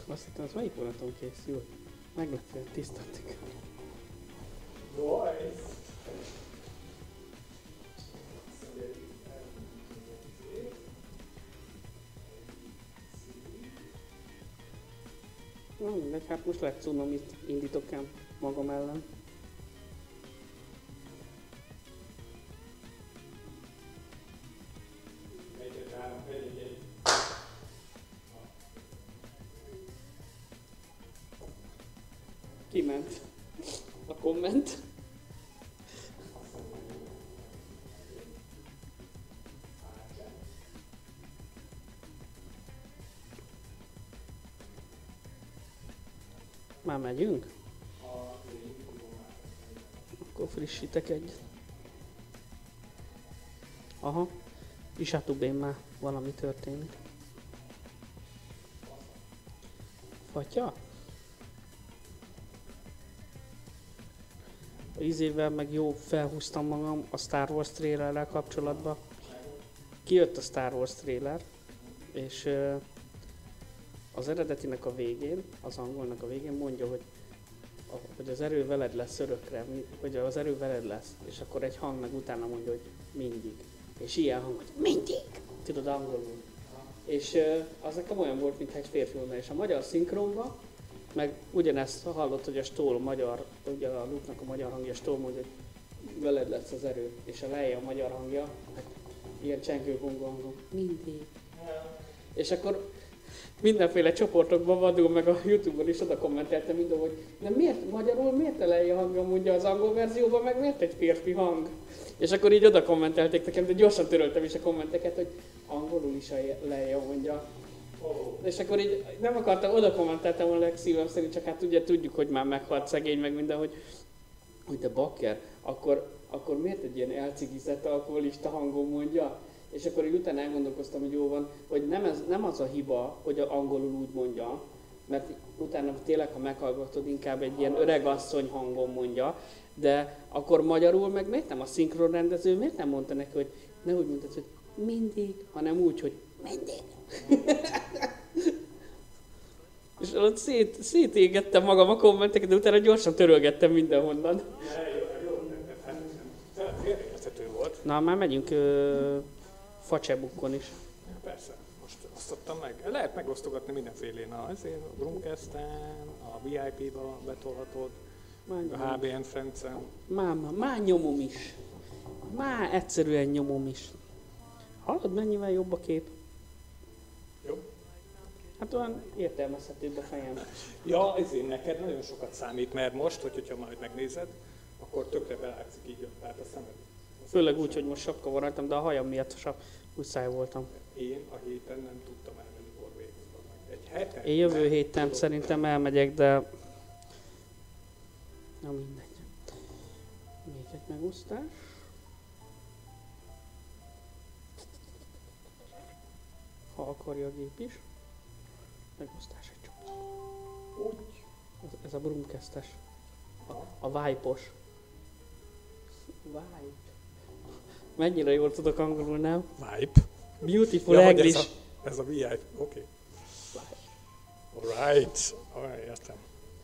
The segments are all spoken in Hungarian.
Azt hittem, az melyik vonaton készült? Meglepően tisztattuk. Na mindegy, hát most lehet cunamit indítok el magam ellen. Kiment a komment. Már megyünk? Akkor frissítek egyet. Aha, és hát én már valami történik. Fatya? A izével meg jó felhúztam magam a Star Wars trailerrel kapcsolatban. Kijött a Star Wars trailer, és az eredetinek a végén, az angolnak a végén mondja, hogy az erő veled lesz örökre, hogy az erő veled lesz, és akkor egy hang meg utána mondja, hogy mindig. És ilyen hang, hogy mindig! Tudod, angolul. És az nekem olyan volt, mintha egy férfi volna, és a magyar szinkronban, meg ugyanezt hallott, hogy a Stoll magyar, ugye a Luke-nak a magyar hangja, Stoll mondja, hogy veled lesz az erő, és a Leia a magyar hangja, hát ilyen csengő hangon, mindig. És akkor mindenféle csoportokban vadul, meg a Youtube-on is oda kommenteltem minden, hogy de miért magyarul, miért a Leia hangja mondja az angol verzióban, meg miért egy férfi hang? És akkor így oda kommentelték nekem, de gyorsan töröltem is a kommenteket, hogy angolul is a Leia mondja. És akkor így nem akartam, oda kommenteltem a legszívem szerint, csak hát ugye tudjuk, hogy már meghalt szegény, meg minden, hogy de bakker, akkor miért egy ilyen elcigizett alkoholista hangon mondja? És akkor így utána elgondolkoztam, hogy jó van, hogy nem az a hiba, hogy angolul úgy mondja, mert utána tényleg, ha meghallgatod, inkább egy ilyen öreg asszony hangon mondja, de akkor magyarul meg miért nem a szinkronrendező, miért nem mondta neki, hogy ne úgy mondtad, hogy mindig, hanem úgy, hogy mindig. És ott szétégettem magam a kommenteket, de utána gyorsan törölgettem mindenhonnan. Volt. Na, már megyünk Facsebukkon is. Persze, most osztottam meg. Lehet megosztogatni mindenfélén. A Chromecast-en, a VIP-ba betolhatod, a HBN Friends-en. Már nyomom is. Már egyszerűen nyomom is. Hallod, mennyivel jobb a kép? Jobb? Hát olyan értelmezhetőbb a fejem. Ja, ezért neked nagyon sokat számít, mert most, hogyha majd megnézed, akkor tökre belátszik így tehát a szemed. Főleg úgy, hogy most sapka van rajtam, de a hajam miatt muszáj voltam. Én a héten nem tudtam elmenni orvékhoz. Egy heten? Én jövő héten szerintem elmegyek, de... Na mindegy. Még egy megosztás. Ha akarja a gép is. Megosztás egy csomó. Úgy. Ez a Brumcast-es. A Vibe-os. Vibe. Mennyire jól tudok angolul, nem? Vibe. Beautiful ja, English. Ez a VIP, oké. Alright, értem.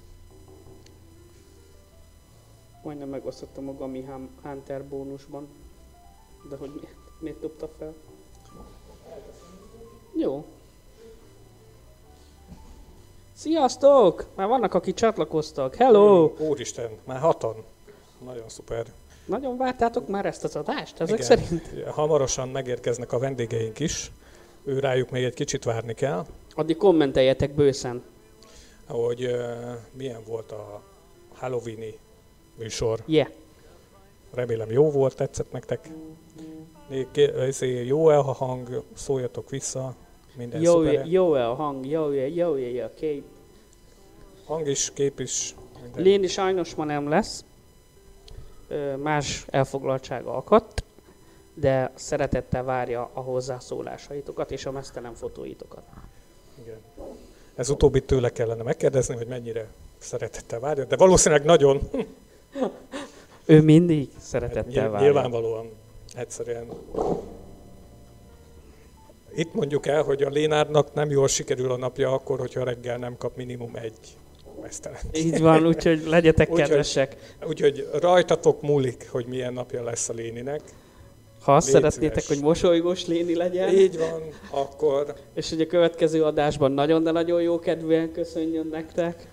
Majdnem megosztottam a Gami Hunter bónusban. De hogy miért dobta fel? Jó. Sziasztok! Már vannak, akik csatlakoztak. Hello! Úristen, már 6-an. Nagyon szuper. Nagyon vártátok már ezt az adást, ezek Igen. szerint? Hamarosan megérkeznek a vendégeink is. Ő rájuk még egy kicsit várni kell. Addig kommenteljetek bőszen. Hogy milyen volt a Halloween-i műsor. Yeah. Remélem jó volt, tetszett nektek. Jó a hang, szóljatok vissza. Minden szuper. Jó a hang, jó a kép. Hang is, kép is. Minden. Léni sajnos ma nem lesz. Más elfoglaltsága akadt, de szeretettel várja a hozzászólásaitokat és a meztelen fotóitokat. Igen. Ez utóbbit tőle kellene megkérdezni, hogy mennyire szeretettel várja, de valószínűleg nagyon. Ő mindig szeretettel várja. Nyilvánvalóan egyszerűen Itt mondjuk el, hogy a Lénárdnak nem jól sikerül a napja akkor, hogyha reggel nem kap minimum egy mesztelent. Így van, úgyhogy legyetek kedvesek. Úgyhogy rajtatok múlik, hogy milyen napja lesz a Léninek. Ha azt szeretnétek, hogy mosolygós Léni legyen. Így van, akkor... És hogy a következő adásban nagyon, de nagyon jó kedvűen köszönjön nektek.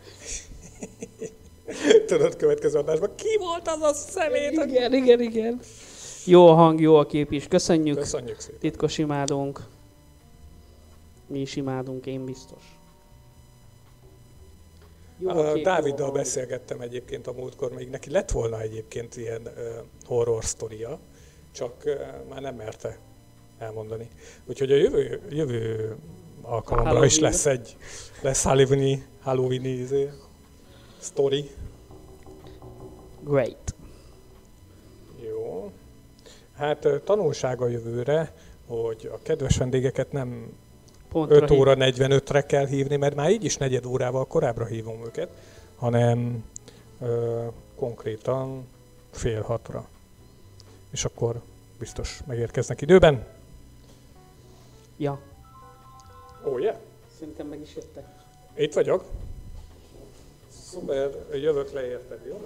Tudod, következő adásban ki volt az a szemét? Igen. Jó a hang, jó a kép is. Köszönjük. Köszönjük szépen. Titkos imádónk. Mi is imádunk, én biztos. Dáviddal beszélgettem egyébként a múltkor, még neki lett volna egyébként ilyen horror sztoria, csak már nem merte elmondani. Úgyhogy a jövő alkalomra is lesz Halloween-i sztori. Great. Jó. Hát tanulsága jövőre, hogy a kedves vendégeket nem pontra 5 óra 45-re kell hívni, mert már így is 4 órával korábbra hívom őket, hanem konkrétan fél 6-ra. És akkor biztos megérkeznek időben. Ja. Oh, yeah. Szerintem meg is jöttek. Itt vagyok. Szuper, jövök le érted, jó?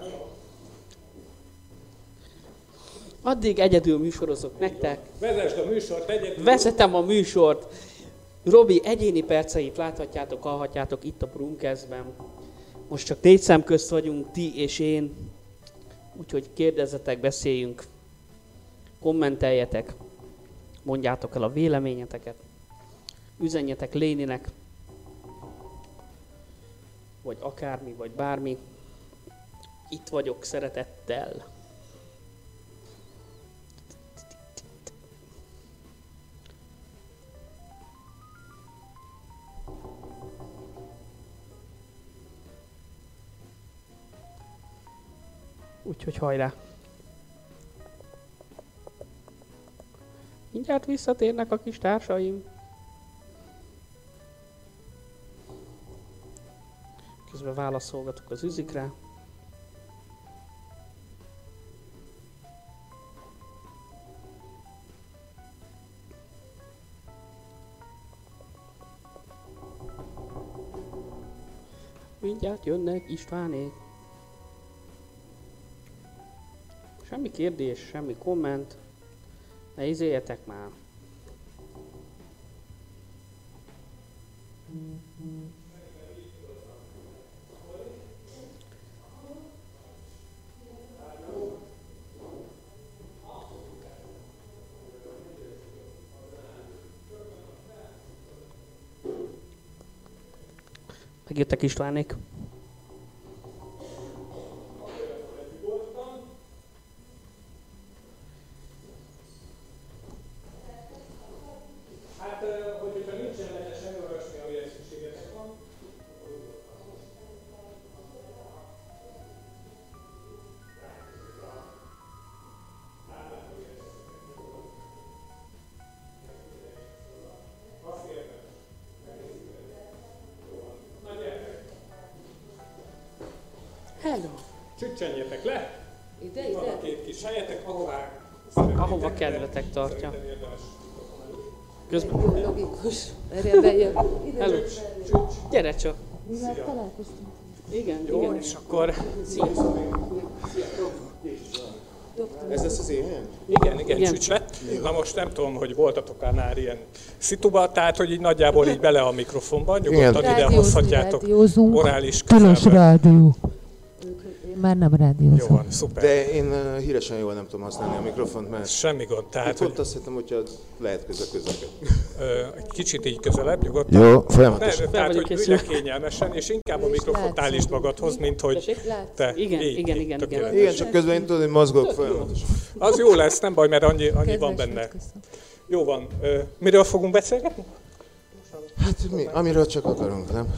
Addig egyedül műsorozok nektek. Vezesd a műsort egyedül. Vezetem a műsort. Robi egyéni perceit láthatjátok, hallhatjátok itt a Brumcastben. Most csak 4 szem közt vagyunk, ti és én. Úgyhogy kérdezzetek, beszéljünk. Kommenteljetek. Mondjátok el a véleményeteket. Üzenjetek Léninek. Vagy akármi, vagy bármi. Itt vagyok szeretettel. Úgyhogy hajrá! Mindjárt visszatérnek a kis társaim. Közben válaszolgatok az üzikre. Mindjárt jönnek Istvánék. Semmi kérdés, semmi komment. Ne izéljetek már. Megjöttek Istvánék. Hello! Csüccsenjetek le! Ide. Van a 2 kis helyetek, Ahova kedvetek tartja. Közben... Jó, logikus. Erre bejön. Hello! Gyere csak! Mi már találkoztunk. Igen, jó, igen. és akkor... Ez lesz az én helyem? Igen, csücs lett. Na most nem tudom, hogy voltatok már ilyen szituba, tehát hogy így nagyjából így bele a mikrofonban, nyugodtan ide hozhatjátok orális Tilos közelbe. rádió. Én már nem rádiózom. Jó van, szuper. De én híresen jól nem tudom használni a mikrofont, mert Semmi gond, tehát pont azt hittem, hogyha lehet közöket. egy kicsit így közelebb, nyugodtan. Jó, folyamatosan. Tehát, hogy ülj kényelmesen, és inkább a mikrofont állítsd magadhoz, mint hogy te. Igen. Igen, csak közben én tudom, hogy mozgok folyamatosan. Az jó lesz, nem baj, mert annyi van benne. Jó van. Miről fogunk beszélgetni? Hát mi, amiről csak akarunk, nem?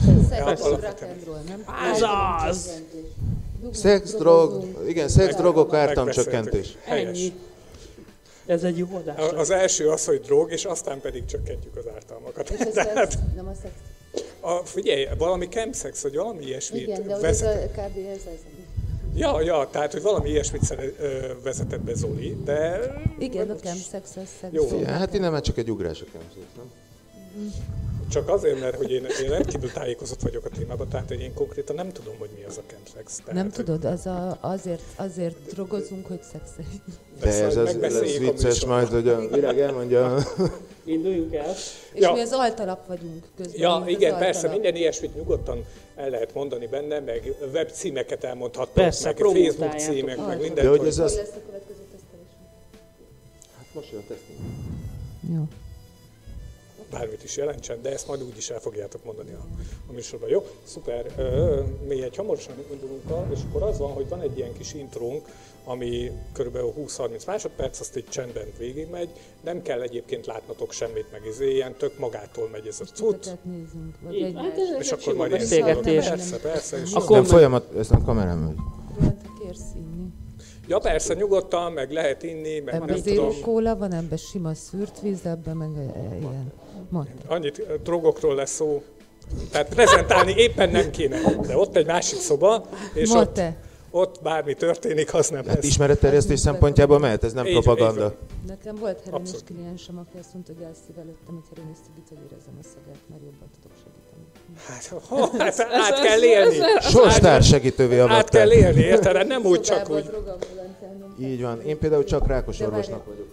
Ez az! Szex, drog, igen, szex, drogok, ártalomcsökkentés. Ennyi. Ez egy jó adás. Az első az, hogy drog, és aztán pedig csökkentjük az ártalmakat. És a szex, nem a szex. Figyelj, valami chemsex, vagy valami ilyesmit Igen, de hogy ez veszetek. a kb. Ez. Ja, tehát, hogy valami ilyesmit vezetett be Zoli, de... Igen, a chemsex Jó. Ja, hát innen már csak egy ugrás a chemsex, nem? Csak azért, mert hogy én rendkívül tájékozott vagyok a témában, tehát én konkrétan nem tudom, hogy mi az a chemsex. Nem tudod, azért drogozunk, hogy szexeljünk. De ez az vicces majd, hogy a Virág elmondja. Induljunk el. És mi az altalap vagyunk közben. Ja, igen, persze, minden ilyesmit nyugodtan el lehet mondani benne, meg webcímeket elmondhattok, Persze, meg Facebook címek, meg mindent. De hogy ez Hol az... lesz a következő tesztelés? Hát most jön a teszting. Jó. Bármit is jelentsen, de ezt majd úgy is el fogjátok mondani a műsorban. Jó, szuper. Mi hamarosan indulunk el, és akkor az van, hogy van egy ilyen kis intrónk, ami kb. 20-30 másodperc, azt így csendben végigmegy. Nem kell egyébként látnotok semmit, meg ilyen tök magától megy ez a cucc. Nézzünk, vagy Így, egy hát ez És egy akkor sima majd beszélgetés. Persze. És Akkor Nem folyamat, ez nem kamerám megy. kérsz inni. ja, persze, nyugodtan, meg lehet inni, meg Ebben nem zero tudom. kóla van, ebben sima szűrt víz, ebben meg ilyen. Mondd. Annyit drogokról lesz szó. Tehát prezentálni éppen nem kéne. De ott egy másik szoba, és ott bármi történik, az nem Hát lesz. ismeretterjesztés szempontjából mehet, ez nem Így van, propaganda. így Nekem volt heroinis Abszolút. kliensem, aki azt mondta, hogy elszívelődtem egy heroinis cigit, hogy érezzem a szeget, mert jobban tudok segíteni. Hát át kell élni. Sorstár segítővé Át avattál. kell élni, érted? Nem úgy csak úgy. Így van. Én például csak rákos orvosnak vagyok.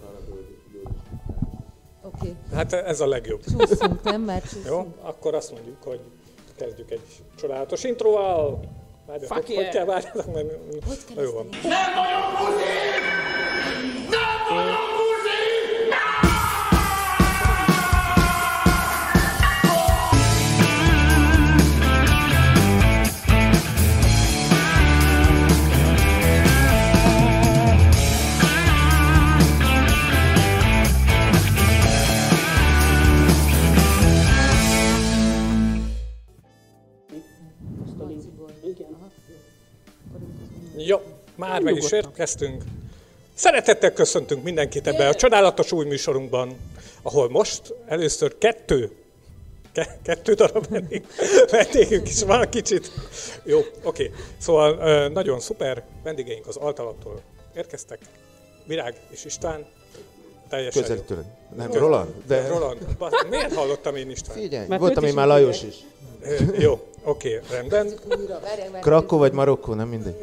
Oké, Hát ez a legjobb. csúszunk, nem? Már csúszunk. Jó, akkor azt mondjuk, hogy kezdjük egy csodálatos intróval. Várjatok, Fuck hogy yeah. kell várjatok, mert jó van. Jó, már meg is érkeztünk. Szeretettel köszöntünk mindenkit ebbe a csodálatos új műsorunkban, ahol most először kettő darab vendégünk is van kicsit. Jó, oké. Szóval nagyon szuper, vendégeink az Altalaptól érkeztek. Virág és István. Teljesen Közelít jó. tőled. Nem, Roland? De Roland, miért hallottam én István? figyelj, Mert voltam őt én is már Lajos is. Jó, oké, rendben. Krakkó vagy Marokkó, nem mindegy.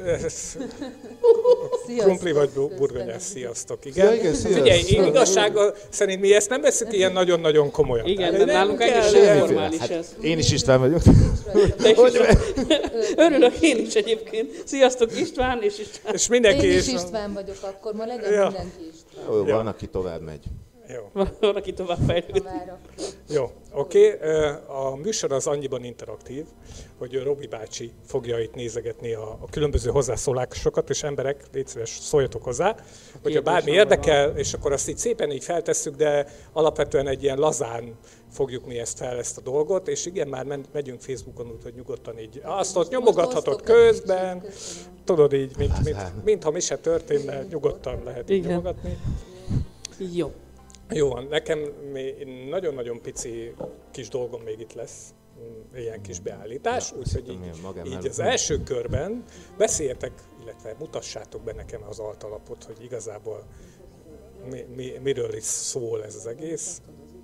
Krumpli vagy burgonyás, sziasztok, igen. Ja, igen, sziasztok. Figyelj, én igazsággal szerint mi ezt nem veszük ilyen nagyon-nagyon komolyan. Igen, Tehát de nálunk kell egészen ilyen- normális Hát, ez. én is István vagyok. De is örülök én is egyébként. Sziasztok István és István. És mindenki Én is István vagyok, akkor ma legyen Ja. mindenki István. Jó, van, aki tovább megy. Jó, Van, aki tovább fejlődik. jó, oké. A műsor az annyiban interaktív, hogy Robi bácsi fogja itt nézegetni a különböző hozzászólásokat, és emberek, légy szíves, szóljatok hozzá, hogyha bármi érdekel, és akkor azt így szépen így feltesszük, de alapvetően egy ilyen lazán fogjuk mi ezt fel, ezt a dolgot, és igen, már megyünk Facebookon, úgyhogy nyugodtan így azt ott nyomogathatod osztok egy közben, kicsit, köszönöm. tudod így, mintha mi se történne, nyugodtan lehet így Igen. nyomogatni. Jó. Jó van, nekem nagyon-nagyon pici kis dolgom még itt lesz, ilyen kis beállítás, úgyhogy így az első körben beszéljetek, illetve mutassátok be nekem az altalapot, hogy igazából miről is szól ez az egész.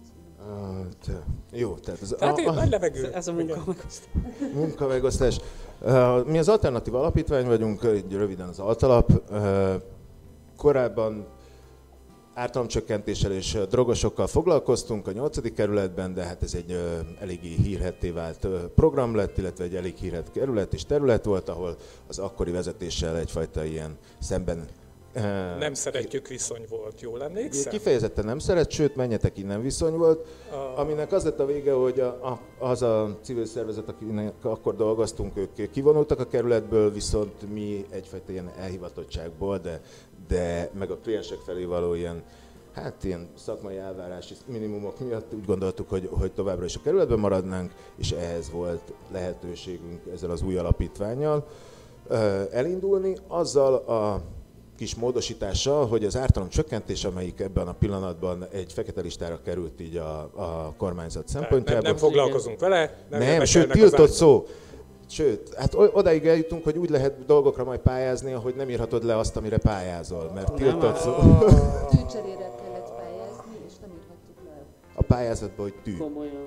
Jó, tehát Tehát így nagy levegő. Ez a munkamegosztás. munkamegosztás. Mi az Alternatív Alapítvány vagyunk, így röviden az Altalap. Korábban ártalomcsökkentéssel és drogosokkal foglalkoztunk a 8. kerületben, de hát ez egy eléggé hírhedté vált program lett, illetve egy elég hírhedt kerület és terület volt, ahol az akkori vezetéssel egyfajta ilyen szemben... Nem szeretjük viszony volt, jól emlékszem? Kifejezetten nem szeret, sőt, menjetek innen viszony volt, aminek az lett a vége, hogy az a civil szervezet, akinek akkor dolgoztunk, ők kivonultak a kerületből, viszont mi egyfajta ilyen elhivatottságból, de meg a kliensek felé való ilyen szakmai elvárási minimumok miatt úgy gondoltuk, hogy továbbra is a kerületben maradnánk, és ehhez volt lehetőségünk ezzel az új alapítvánnyal elindulni, azzal a kis módosítással, hogy az ártalomcsökkentés, amelyik ebben a pillanatban egy fekete listára került így a kormányzat szempontjából. Nem foglalkozunk vele. Nem, sőt, tiltott szó. Sőt, hát odáig eljutunk, hogy úgy lehet dolgokra majd pályázni, hogy nem írhatod le azt, amire pályázol, mert tiltott szó. Tűcserére kellett pályázni, és nem írhattuk le. A pályázatban, hogy tű. Komolyan.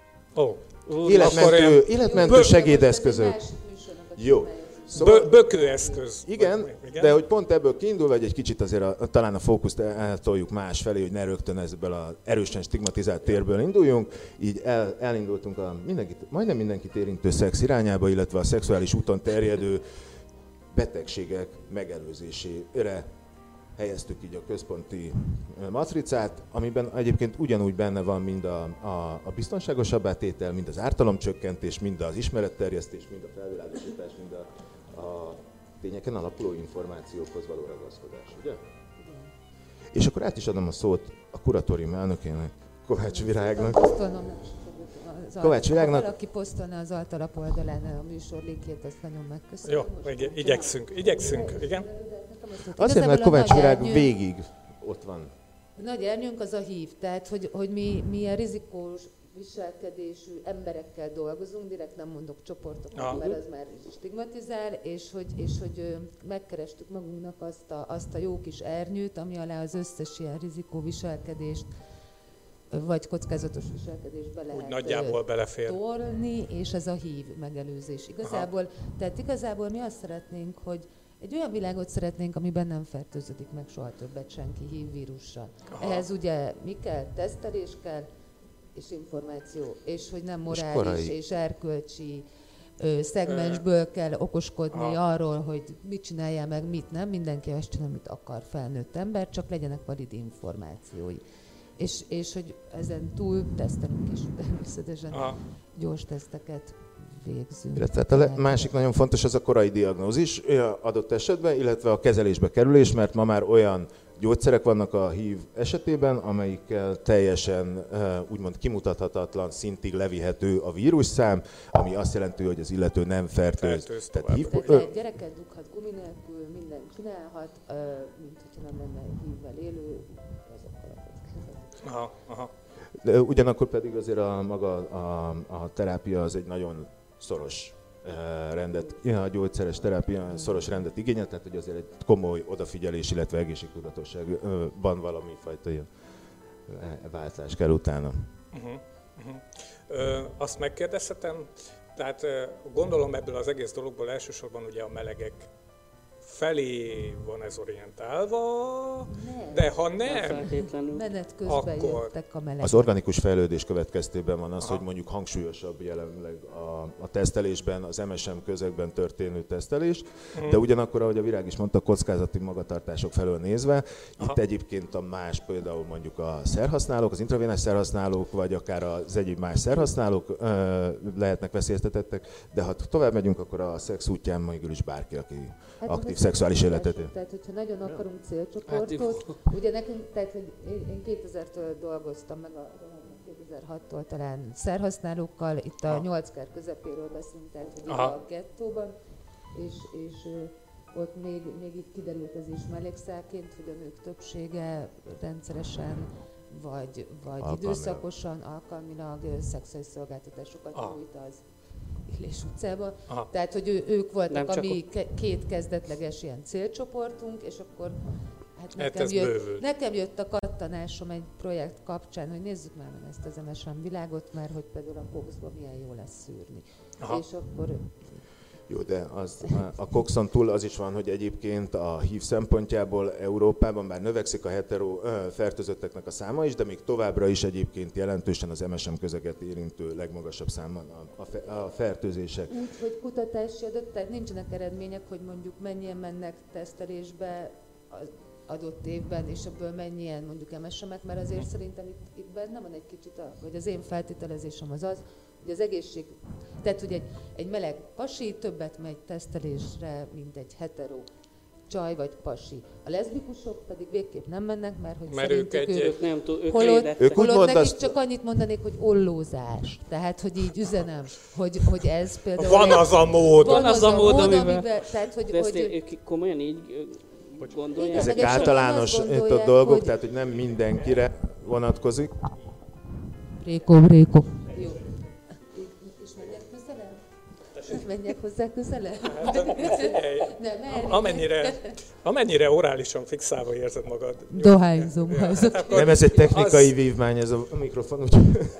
Életmentő segédeszközök. Jó. Szóval, bökőeszköz. Igen, de hogy pont ebből kiindulva, egy kicsit azért talán a fókuszt eltoljuk más felé, hogy ne rögtön ebből az erősen stigmatizált térből induljunk. Így elindultunk a majdnem mindenkit érintő szex irányába, illetve a szexuális úton terjedő betegségek megelőzésére helyeztük így a központi matricát, amiben egyébként ugyanúgy benne van mind a biztonságosabbá tétel, mind az ártalomcsökkentés, mind az ismeretterjesztés, mind a felvilágosítás, mind a tényeken alapuló információkhoz való ragaszkodás, ugye? És akkor át is adom a szót a kuratórium elnökének, Kovács Virágnak. Kovács Virágnak. Valaki posztolna az Altalap oldalán a műsor linkjét, azt nagyon megköszönöm. Jó, igyekszünk, igen. Azért, mert Kovács Virág végig ott van. Nagy ernyőnk az a hív, tehát hogy mi ilyen rizikós viselkedésű emberekkel dolgozunk, direkt nem mondok csoportokat, mert az már stigmatizál, és hogy megkerestük magunknak azt a jó kis ernyőt, ami alá az összes ilyen rizikó viselkedést vagy kockázatos viselkedésbe lehet úgy nagyjából belefér tolni, és ez a hív megelőzés. Igazából mi azt szeretnénk, hogy egy olyan világot szeretnénk, amiben nem fertőződik meg soha többet senki HIV vírussal. Ehhez ugye mi kell? Tesztelés kell, és információ, és hogy nem morális és erkölcsi szegmensből kell okoskodni arról, hogy mit csináljál meg, mit nem. Mindenki azt csinál, amit akar felnőtt ember, csak legyenek valid információi. És hogy ezen túl tesztelünk is természetesen gyors teszteket végzünk. Tehát a másik nagyon fontos az a korai diagnózis adott esetben, illetve a kezelésbe kerülés, mert ma már olyan gyógyszerek vannak a HIV esetében, amelyikkel teljesen úgymond kimutathatatlan szintig levihető a vírusszám, ami azt jelenti, hogy az illető nem fertőz. Tehát gyereket dughat gumi nélkül, mindent csinálhat, mint hogyha nem lenne HIV-vel élő, azokkal a kockázatokkal. De ugyanakkor pedig azért a terápia az egy nagyon szoros rendet, a gyógyszeres terápia szoros rendet igényel, tehát hogy azért egy komoly odafigyelés, illetve egészségtudatosságban valami fajta ilyen váltás kell utána. Azt megkérdezhetem, tehát gondolom ebből az egész dologból elsősorban ugye a melegek felé van ez orientálva, de ha nem, menet közben jöttek a melegek. Az organikus fejlődés következtében van az, hogy mondjuk hangsúlyosabb jelenleg a tesztelésben, az MSM közegben történő tesztelés, de ugyanakkor, ahogy a Virág is mondta, kockázati magatartások felől nézve, itt egyébként a más, például mondjuk a szerhasználók, az intravénás szerhasználók, vagy akár az egyéb más szerhasználók lehetnek veszélyeztetettek, de ha tovább megyünk, akkor a szex útján végül is bárki, aki aktív szexuális életet él. Tehát, hogyha nagyon akarunk célcsoportot, ugye nekünk, tehát, hogy én 2000-től dolgoztam, meg a 2006-tól talán szerhasználókkal, itt a 8 kár közepéről beszélünk, tehát hogy a gettóban, és ott még itt kiderült ez is mellékszálként, hogy a nők többsége rendszeresen vagy időszakosan, alkalmilag szexuális szolgáltatásokat nyújt az Illés utcában. Tehát, hogy ők voltak a mi két kezdetleges ilyen célcsoportunk, és akkor nekem jött a kattanásom egy projekt kapcsán, hogy nézzük már meg ezt az MSM világot, mert hogy például a Coxban milyen jó lesz szűrni. És akkor... Jó, de a Coxon túl az is van, hogy egyébként a HIV szempontjából Európában bár növekszik a hetero fertőzötteknek a száma is, de még továbbra is egyébként jelentősen az MSM közeget érintő legmagasabb számban a fertőzések. Úgy, hogy kutatási adat, tehát nincsenek eredmények, hogy mondjuk mennyien mennek tesztelésbe az adott évben, és ebből mennyien mondjuk MSM-ek, mert azért szerintem itt benne van egy kicsit, vagy az én feltételezésem az, hogy az egészség, tehát hogy egy meleg pasi többet megy tesztelésre, mint egy hetero csaj vagy pasi. A leszbikusok pedig végképp nem mennek, mert szerintük holott nekik csak annyit mondanék, hogy ollózás. Tehát, hogy így üzenem, hogy ez például... Van az a mód, amivel... Tehát, hogy ők komolyan így gondolják. Ezek általános dolgok, tehát, hogy nem mindenkire vonatkozik. Réko. Menjek hozzá közelebb? Amennyire orálisan fixálva érzed magad. Dohányzom. Nem, ez egy technikai vívmány, ez a mikrofon. Úgy.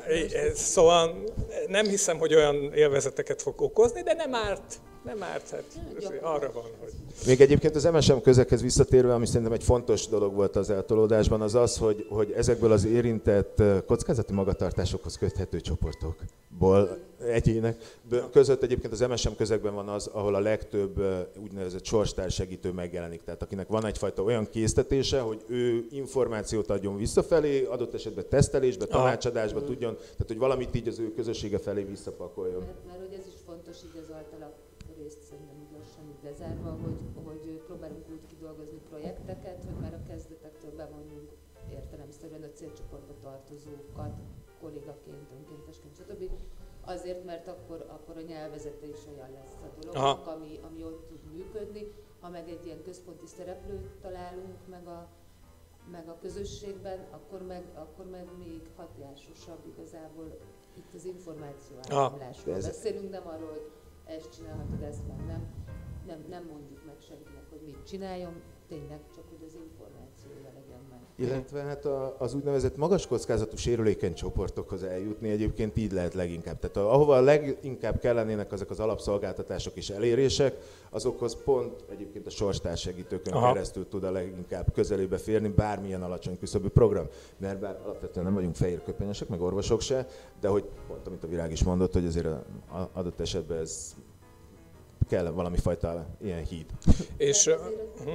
Szóval nem hiszem, hogy olyan élvezeteket fog okozni, de nem árt, hát arra van, hogy... Még egyébként az MSM közeghez visszatérve, ami szerintem egy fontos dolog volt az eltolódásban, az az, hogy ezekből az érintett kockázati magatartásokhoz köthető csoportokból egyének között egyébként az MSM közegben van az, ahol a legtöbb úgynevezett sorstárs-segítő megjelenik. Tehát akinek van egyfajta olyan késztetése, hogy ő információt adjon visszafelé, adott esetben tesztelésbe, tanácsadásba tudjon, tehát hogy valamit így az ő közössége felé visszapakoljon. Mert hogy ez is fontos így az altalak részt szerintem így lassan így lezárva, hogy próbálunk úgy kidolgozni projekteket, hogy már a kezdetektől bevonjunk értelemszerűen a célcsoportba tartozókat, kollégaként, önkéntesként, stb. Azért, mert akkor a nyelvezete is olyan lesz a dolognak, ami ott tud működni. Ha meg egy ilyen központi szereplőt találunk meg a közösségben, akkor meg még hatásosabb igazából itt az információ áramlásról beszélünk, nem arról, hogy ezt csinálhatod, ezt meg nem mondjuk meg senkinek, hogy mit csináljon, tényleg csak, hogy az információja legyen meg. Illetve hát az úgynevezett magas kockázatú sérülékeny csoportokhoz eljutni egyébként így lehet leginkább. Tehát ahova leginkább kellenének ezek az alapszolgáltatások és elérések, azokhoz pont egyébként a sorstárs-segítőkön keresztül tud a leginkább közelébe férni bármilyen alacsony küszöbű program. Mert bár alapvetően nem vagyunk fehérköpenyesek, meg orvosok se, de hogy pont amit a Virág is mondott, hogy azért adott esetben ez kell valami fajta ilyen híd. És a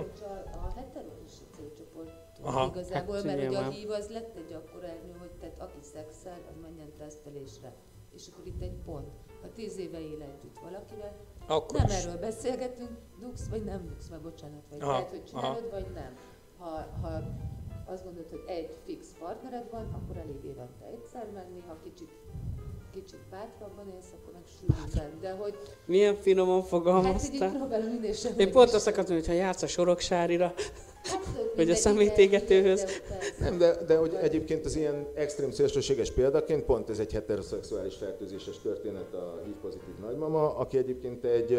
heteronis célcsoport igazából, hát, mert ugye a hív az lett egy akkor elnyő, hogy tehát aki szexel, az menjen tesztelésre. És akkor itt egy pont. Ha 10 éve él együtt valakivel, akkor nem erről beszélgetünk, dugsz vagy nem dugsz, mert bocsánat vagy. Tehát, hogy csinálod vagy nem. Ha azt gondolod, hogy egy fix partnered van, akkor elég évente egyszer menni, ha kicsit bátrabban élsz, akkor meg sűrűbben, de hogy... Milyen finoman fogalmaztál. Hát én pont azt akartam, hogy ha jársz a Soroksárira, vagy a szemétégetőhöz. Nem, de hogy egyébként az ilyen extrém szélsőséges példaként pont ez egy heteroszexuális fertőzéses történet a HIV-pozitív nagymama, aki egyébként egy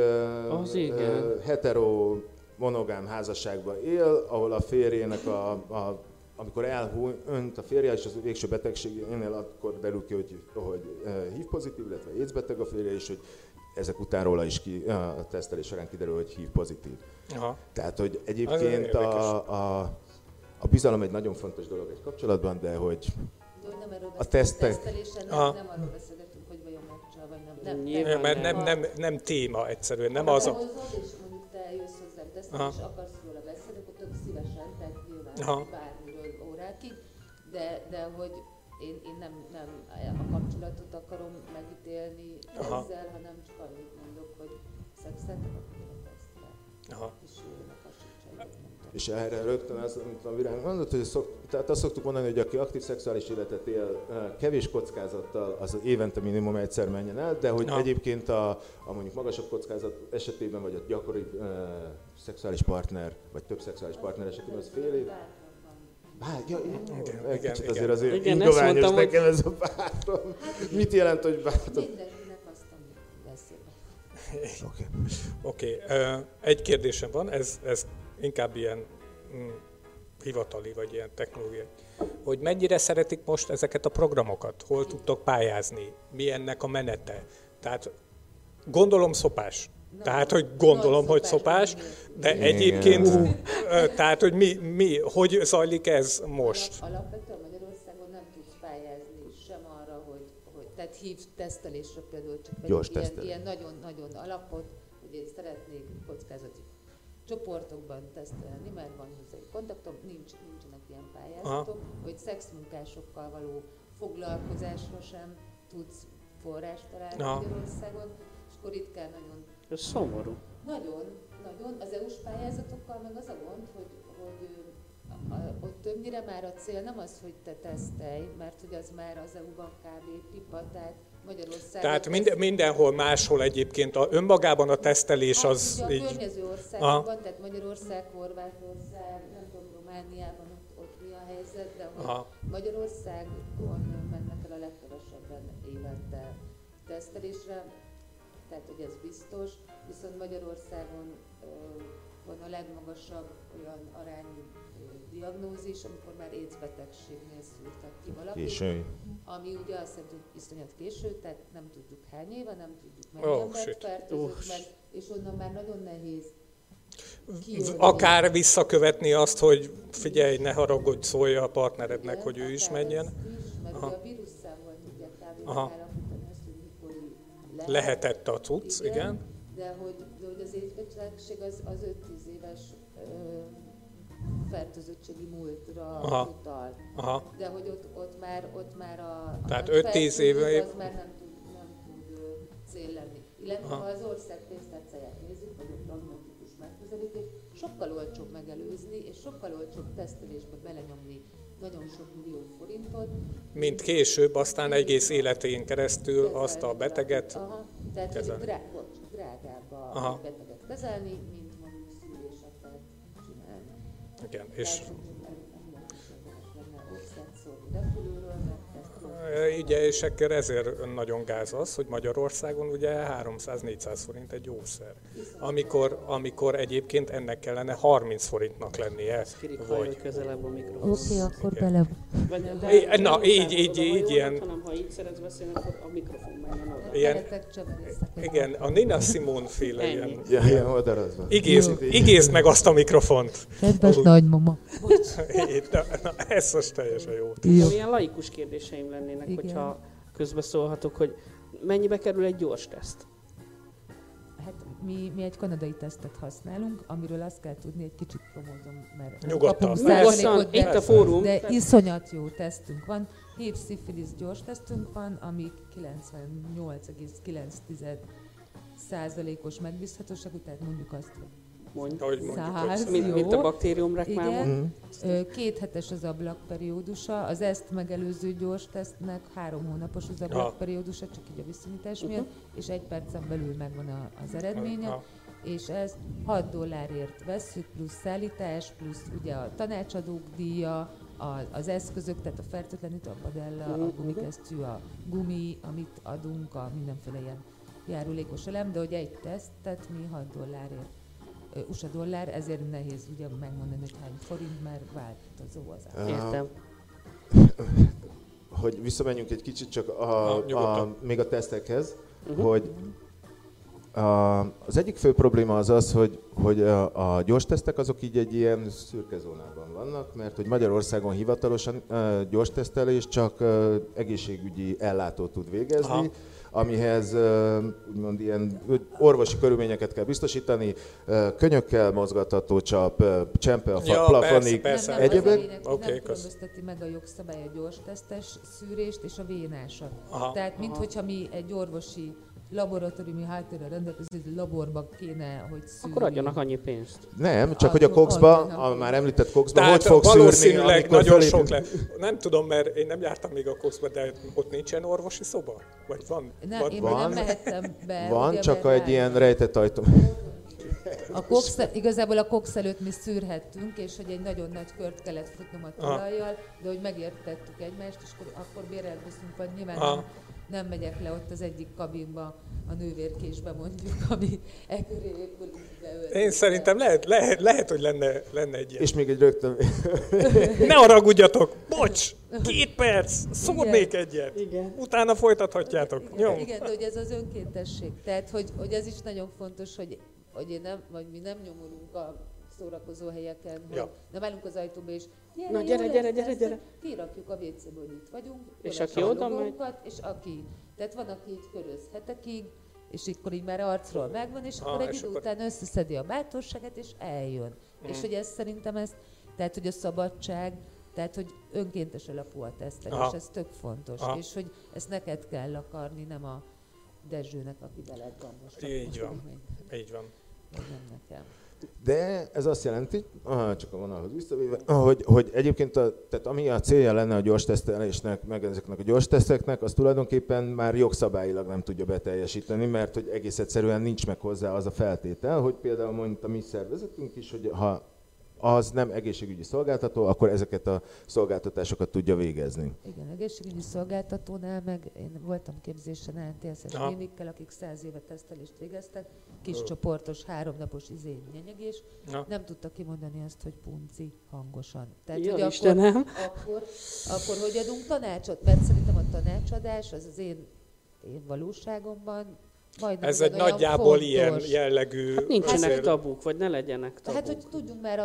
hetero monogám házasságban él, ahol a férjének amikor elhunyt a férje, és az végső betegségénél akkor derül ki, hogy HIV-pozitív, illetve AIDS-beteg a férje, és hogy ezek után róla is a tesztelés során kiderül, hogy HIV-pozitív. Tehát, hogy egyébként a bizalom egy nagyon fontos dolog egy kapcsolatban, de hogy a tesztelésen nem arról beszélgetünk, hogy vajon megcsal, vagy nem. Nem téma egyszerűen, nem az a... És mondjuk te jössz hozzám tesztelni, és akarsz róla beszélni, akkor tök szívesen, tehát nyilván bármiről órákig, de hogy én nem a kapcsolatot akarom megítélni ezzel, hanem csak annyit mondok, hogy szexeltek, akkor a tesztel. És jönnek a sincsenek. És erre rögtön az, amit a Virág mondott, hogy tehát azt szoktuk mondani, hogy aki aktív szexuális életet él, kevés kockázattal, az évente minimum egyszer menjen el, de hogy egyébként a mondjuk magasabb kockázat esetében, vagy a gyakori szexuális partner, vagy több szexuális partner esetében az fél év. Kicsit azért ingoványos nekem ez a bátran. Mit jelent, hogy bátran? Mindenkinek azt, amit beszél. Oké. Egy kérdésem van, ez inkább ilyen hivatali, vagy ilyen technológiai. Hogy mennyire szeretik most ezeket a programokat? Hol tudtok pályázni? Mi ennek a menete? Tehát gondolom szopás. Tehát, hogy gondolom, hogy szopás, de egyébként, tehát, hogy hogy zajlik ez most? Alapvetően Magyarországon nem tudsz pályázni sem arra, hogy tehát hív tesztelésre például csak ilyen nagyon-nagyon alapot, hogy én szeretnék kockázati csoportokban tesztelni, mert van hozzá egy kontaktom, nincsenek ilyen pályázatok, hogy szexmunkásokkal való foglalkozásra sem tudsz forrást találni Magyarországon, és akkor itt kell nagyon... Ez szomorú. Nagyon. Az EU-s pályázatokkal meg az a gond, hogy ott többnyire már a cél nem az, hogy te tesztelj, mert hogy az már az EU-ban kb. Pipa, tehát Magyarországon... Tehát mindenhol máshol egyébként önmagában a tesztelés az... Hát, ugye a környező országokban, tehát Magyarország, Horvátország, nem tudom, Romániában ott mi a helyzet, de Magyarországon mennek el a legkevesebben évente tesztelésre. tehát hogy ez biztos, viszont Magyarországon van a legmagasabb olyan arányú diagnózis, amikor már AIDS betegségnél szűrtek ki valakit. Késői. Ami ugye azt jelenti, hogy iszonyat késő, tehát nem tudjuk hány éve, nem tudjuk mennyi embert fertőzött meg, és onnan már nagyon nehéz kijönni. Akár visszakövetni azt, hogy figyelj, ne haragudj, szólja a partnerednek, igen, hogy ő is menjen. Mert ugye a vírusszával tudják kb. Megállapítani azt, hogy mikor lehetett a cucc, igen. De hogy az AIDS-betegség az 5-10 éves fertőzöttségi múltra utal. De hogy ott már a tehát 5-10 éve az már nem tud cél lenni. Illetve ha az ország pénztárcáját nézzük, vagy a pragmatikus megközelítés, sokkal olcsóbb megelőzni, és sokkal olcsóbb tesztelésbe belenyomni nagyon sok millió forintot. Mint később, aztán egész életén keresztül azt a beteget tehát kezelni. Drágább a beteget kezelni, mint mondjuk szűréseket csinálni. Igen, és ugye, és ekkor ezért nagyon gáz az, hogy Magyarországon ugye 300-400 forint egy gyógyszer. Amikor egyébként ennek kellene 30 forintnak lennie. Vagy közelebb a mikrofon. Oké, akkor bele. Na, így ilyen. Hanem ha így szeretsz beszélni, akkor a mikrofon menjen oda. Ilyen, igen, a Nina Simone féle ilyen. Ilyen oldalazva. Igézd meg azt a mikrofont. Kedves nagymama. Na, ez most teljesen jó. Ilyen laikus kérdéseim lennének, igen, hogyha közbeszólhatok, hogy mennyibe kerül egy gyors teszt? Hát mi egy kanadai tesztet használunk, amiről azt kell tudni, egy kicsit promózom, mert nyugodtan, itt a fórum. De iszonyat jó tesztünk van. HIV szifilisz gyors tesztünk van, ami 98,9%-os megbízhatóságú, tehát mondjuk azt, hogy 100, mint a baktérium reklámon. 2 hetes az ablakperiódusa, az ezt megelőző gyors tesztnek 3 hónapos az ablakperiódusa, csak így a viszonyítás miatt, és 1 percen belül megvan az eredménye, és ezt $6 vesszük, plusz szállítás, plusz ugye a tanácsadók díja, az eszközök, tehát a fertőtlenítő, a padella, a gumikesztyű, a gumi, amit adunk, a mindenféle ilyen járulékos elem, de hogy egy tesztet mi $6 USA dollár, ezért nehéz ugye megmondani, hogy hány forint, mert változó az ár. Értem. Hogy visszamenjünk egy kicsit csak még a tesztekhez, hogy az egyik fő probléma az, hogy a gyors tesztek azok így egy ilyen szürke zónában vannak, mert hogy Magyarországon hivatalosan gyors tesztelés csak egészségügyi ellátó tud végezni, amihez úgymond ilyen orvosi körülményeket kell biztosítani, könyökkel mozgatható csap, csempe a plafonig, egyebek. Nem különbözteti meg a jogszabály a gyors tesztes szűrést és a vénásat. Tehát minthogyha mi egy orvosi laboratóriumi háttérrel rendelkező laborba kéne, hogy szűrjünk. Akkor adjanak annyi pénzt. Nem, csak hogy a Coxba, a már említett Coxba, hogy fog szűrni? Valószínűleg nagyon sok nem tudom, mert én nem jártam még a Coxba, de ott nincsen orvosi szoba? Vagy van? Én nem mehettem be. Van, csak egy ilyen rejtett ajtó. Igazából a Cox előtt mi szűrhettünk, és hogy egy nagyon nagy kört kellett futnom a talajjal, de hogy megértettük egymást, és akkor bérelt buszunk van, nyilván nem megyek le ott az egyik kabinba, a nővérkésbe mondjuk, ami ekköré épül be. Én szerintem lehet, hogy lenne egy ilyen. És még egy rögtön... Ne haragudjatok! Bocs! 2 perc! Szórnék egyet! Igen. Utána folytathatjátok. Igen, de hogy ez az önkéntesség. Tehát, hogy ez is nagyon fontos, hogy mi nem nyomulunk a szórakozó helyeken, hogy nem állunk az ajtóba, és gyere. Kirakjuk a WC-be, hogy itt vagyunk, és aki oda megy, és aki. Tehát van, aki így köröz hetekig, és akkor így már arcról megvan, és akkor egy idő után összeszedi a bátorságát, és eljön. És hogy ez szerintem tehát hogy a szabadság, tehát hogy önkéntes alapú a tesztelés, ez tök fontos. És hogy ezt neked kell akarni, nem a Dezsőnek, aki veled van most. Így van. Nem nekem. De ez azt jelenti, csak a vonalhoz visszavéve, hogy egyébként tehát ami a célja lenne a gyors tesztelésnek, meg ezeknek a gyors teszteknek, az tulajdonképpen már jogszabályilag nem tudja beteljesíteni, mert hogy egész egyszerűen nincs meg hozzá az a feltétel, hogy például mondjuk a mi szervezetünk is, hogy ha az nem egészségügyi szolgáltató, akkor ezeket a szolgáltatásokat tudja végezni. Igen, egészségügyi szolgáltatónál meg én voltam képzésen ANTSZ-es nénikkel, akik 100 éve tesztelést végeztek, kis csoportos, 3 napos nyenyegés, nem tudta kimondani azt, hogy punci hangosan. Tehát, hogy akkor hogy adunk tanácsot? Mert szerintem a tanácsadás az én valóságomban majdnem ez egy nagyjából fontos. Ilyen jellegű... Hát nincsenek tabuk, vagy ne legyenek tabuk. Tehát, hogy tudjunk már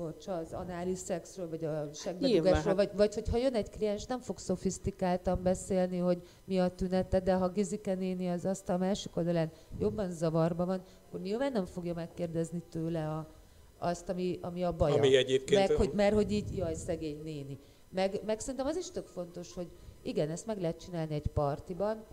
az anális szexről, vagy a segbedugásról, vagy hogyha jön egy kliens, nem fog szofisztikáltan beszélni, hogy mi a tünete, de ha Gizike néni az asztal másik oldalán jobban zavarba van, akkor nyilván nem fogja megkérdezni tőle azt, ami a baja. Ami egyébként... Mert hogy így, jaj, szegény néni. Meg szerintem az is tök fontos, hogy igen, ezt meg lehet csinálni egy partiban,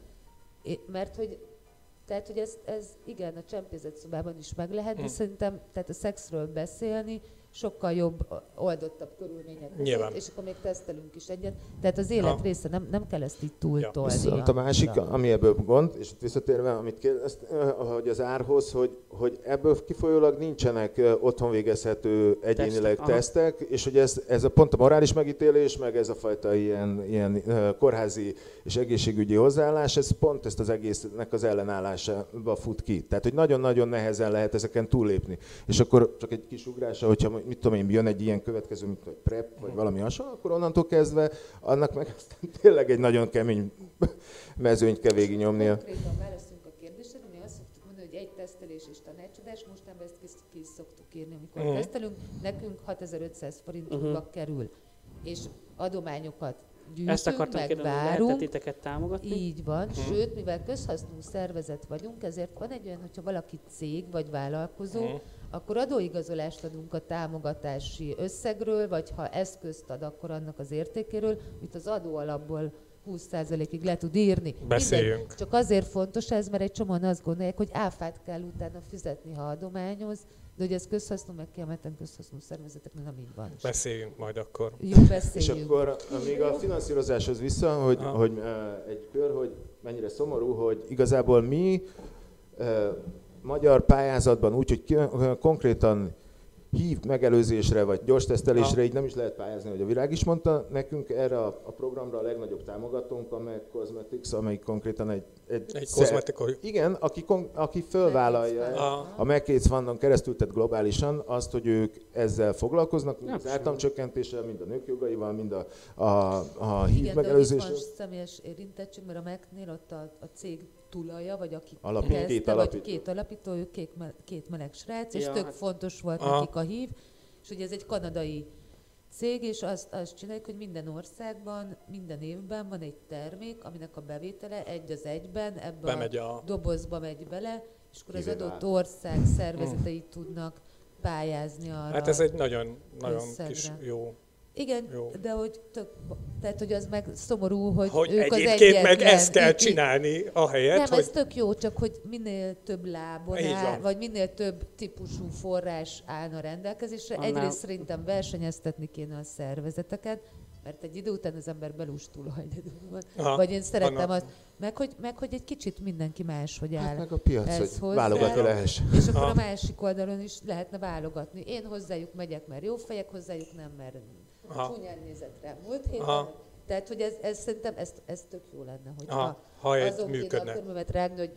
mert hogy tehát, hogy ez igen, a csempészet szobában is meg lehet, de szerintem tehát a szexről beszélni sokkal jobb, oldottabb körülmények között, és akkor még tesztelünk is egyet. Tehát az élet része, nem kell ezt így túltolni. Viszont a másik, ami ebből gond, és itt visszatérve, amit kérdezt, hogy az árhoz, hogy ebből kifolyólag nincsenek otthon végezhető egyénileg tesztek, és hogy ez a pont a morális megítélés, meg ez a fajta ilyen kórházi és egészségügyi hozzáállás, ez pont ezt az egésznek az ellenállásába fut ki. Tehát, hogy nagyon-nagyon nehezen lehet ezeken túllépni. És akkor csak egy kis ugrása, hogyha mit tudom én, jön egy ilyen következő, mint egy PrEP, vagy valami hasonló, akkor onnantól kezdve annak meg aztán tényleg egy nagyon kemény mezőnyt kell végignyomnia. Konkrétan válaszolunk a kérdésre, mi azt szoktuk mondani, hogy egy tesztelés és tanácsadás, mostanában ezt ki is szoktuk írni, amikor tesztelünk, nekünk 6500 forintba kerül, és adományokat gyűjtünk, meg várunk. Titeket támogatni? Így van, sőt, mivel közhasznú szervezet vagyunk, ezért van egy olyan, hogyha valaki cég vagy vállalkozó, akkor adóigazolást adunk a támogatási összegről, vagy ha eszközt ad, akkor annak az értékéről, amit az adóalapból 20%-ig le tud írni. Beszéljünk. Minden. Csak azért fontos ez, mert egy csomóan azt gondolják, hogy áfát kell utána fizetni, ha adományoz, de hogy ez közhasznú, meg kiemelten közhasznú szervezeteknek nem így van. Beszéljünk majd akkor. Jó, beszéljünk. És akkor még a finanszírozáshoz vissza, hogy egy kör, hogy mennyire szomorú, hogy igazából mi magyar pályázatban úgy, hogy konkrétan hív megelőzésre vagy gyors tesztelésre így nem is lehet pályázni, hogy a Virág is mondta. Nekünk erre a programra a legnagyobb támogatónk, a Meg Cosmetics, amelyik konkrétan egy kozmetikai. Igen, aki fölvállalja a Meg Vannon keresztül, tehát globálisan azt, hogy ők ezzel foglalkoznak, mind az ártalomcsökkentéssel, mind a nők jogaival, mind a hív megelőzéssel. Igen, de van személyes érintettség, mert a Megnél ott a cég tulaja, vagy aki kezdte, vagy két alapító, ők két meleg srác, és tök fontos volt nekik a hív, és ugye ez egy kanadai cég, és azt csináljuk, hogy minden országban, minden évben van egy termék, aminek a bevétele egy az egyben ebbe a dobozba megy bele, és akkor az adott ország szervezetei tudnak pályázni arra. Hát ez egy nagyon kis jó. Igen, jó. De hogy tehát, hogy az meg szomorú, hogy egyébként ők az egyetlen. meg ezt kell csinálni ahelyett, nem, ez tök jó, csak hogy minél több lábon áll, vagy minél több típusú forrás állna rendelkezésre. Egyrészt szerintem versenyeztetni kéne a szervezeteket, mert egy idő után az ember belustul a hegyedülben. Vagy én szeretem azt, meg hogy egy kicsit mindenki máshogy áll. Hát meg a piac, hogy válogatni lehessen. És akkor a másik oldalon is lehetne válogatni. Én hozzájuk megyek, mert jó fejek, hozzájuk nem, mert csúnyán nézett rá múlt héten. Tehát, hogy ez szerintem ez tök jó lenne, hogyha azon kéne a körmömet rágni, hogy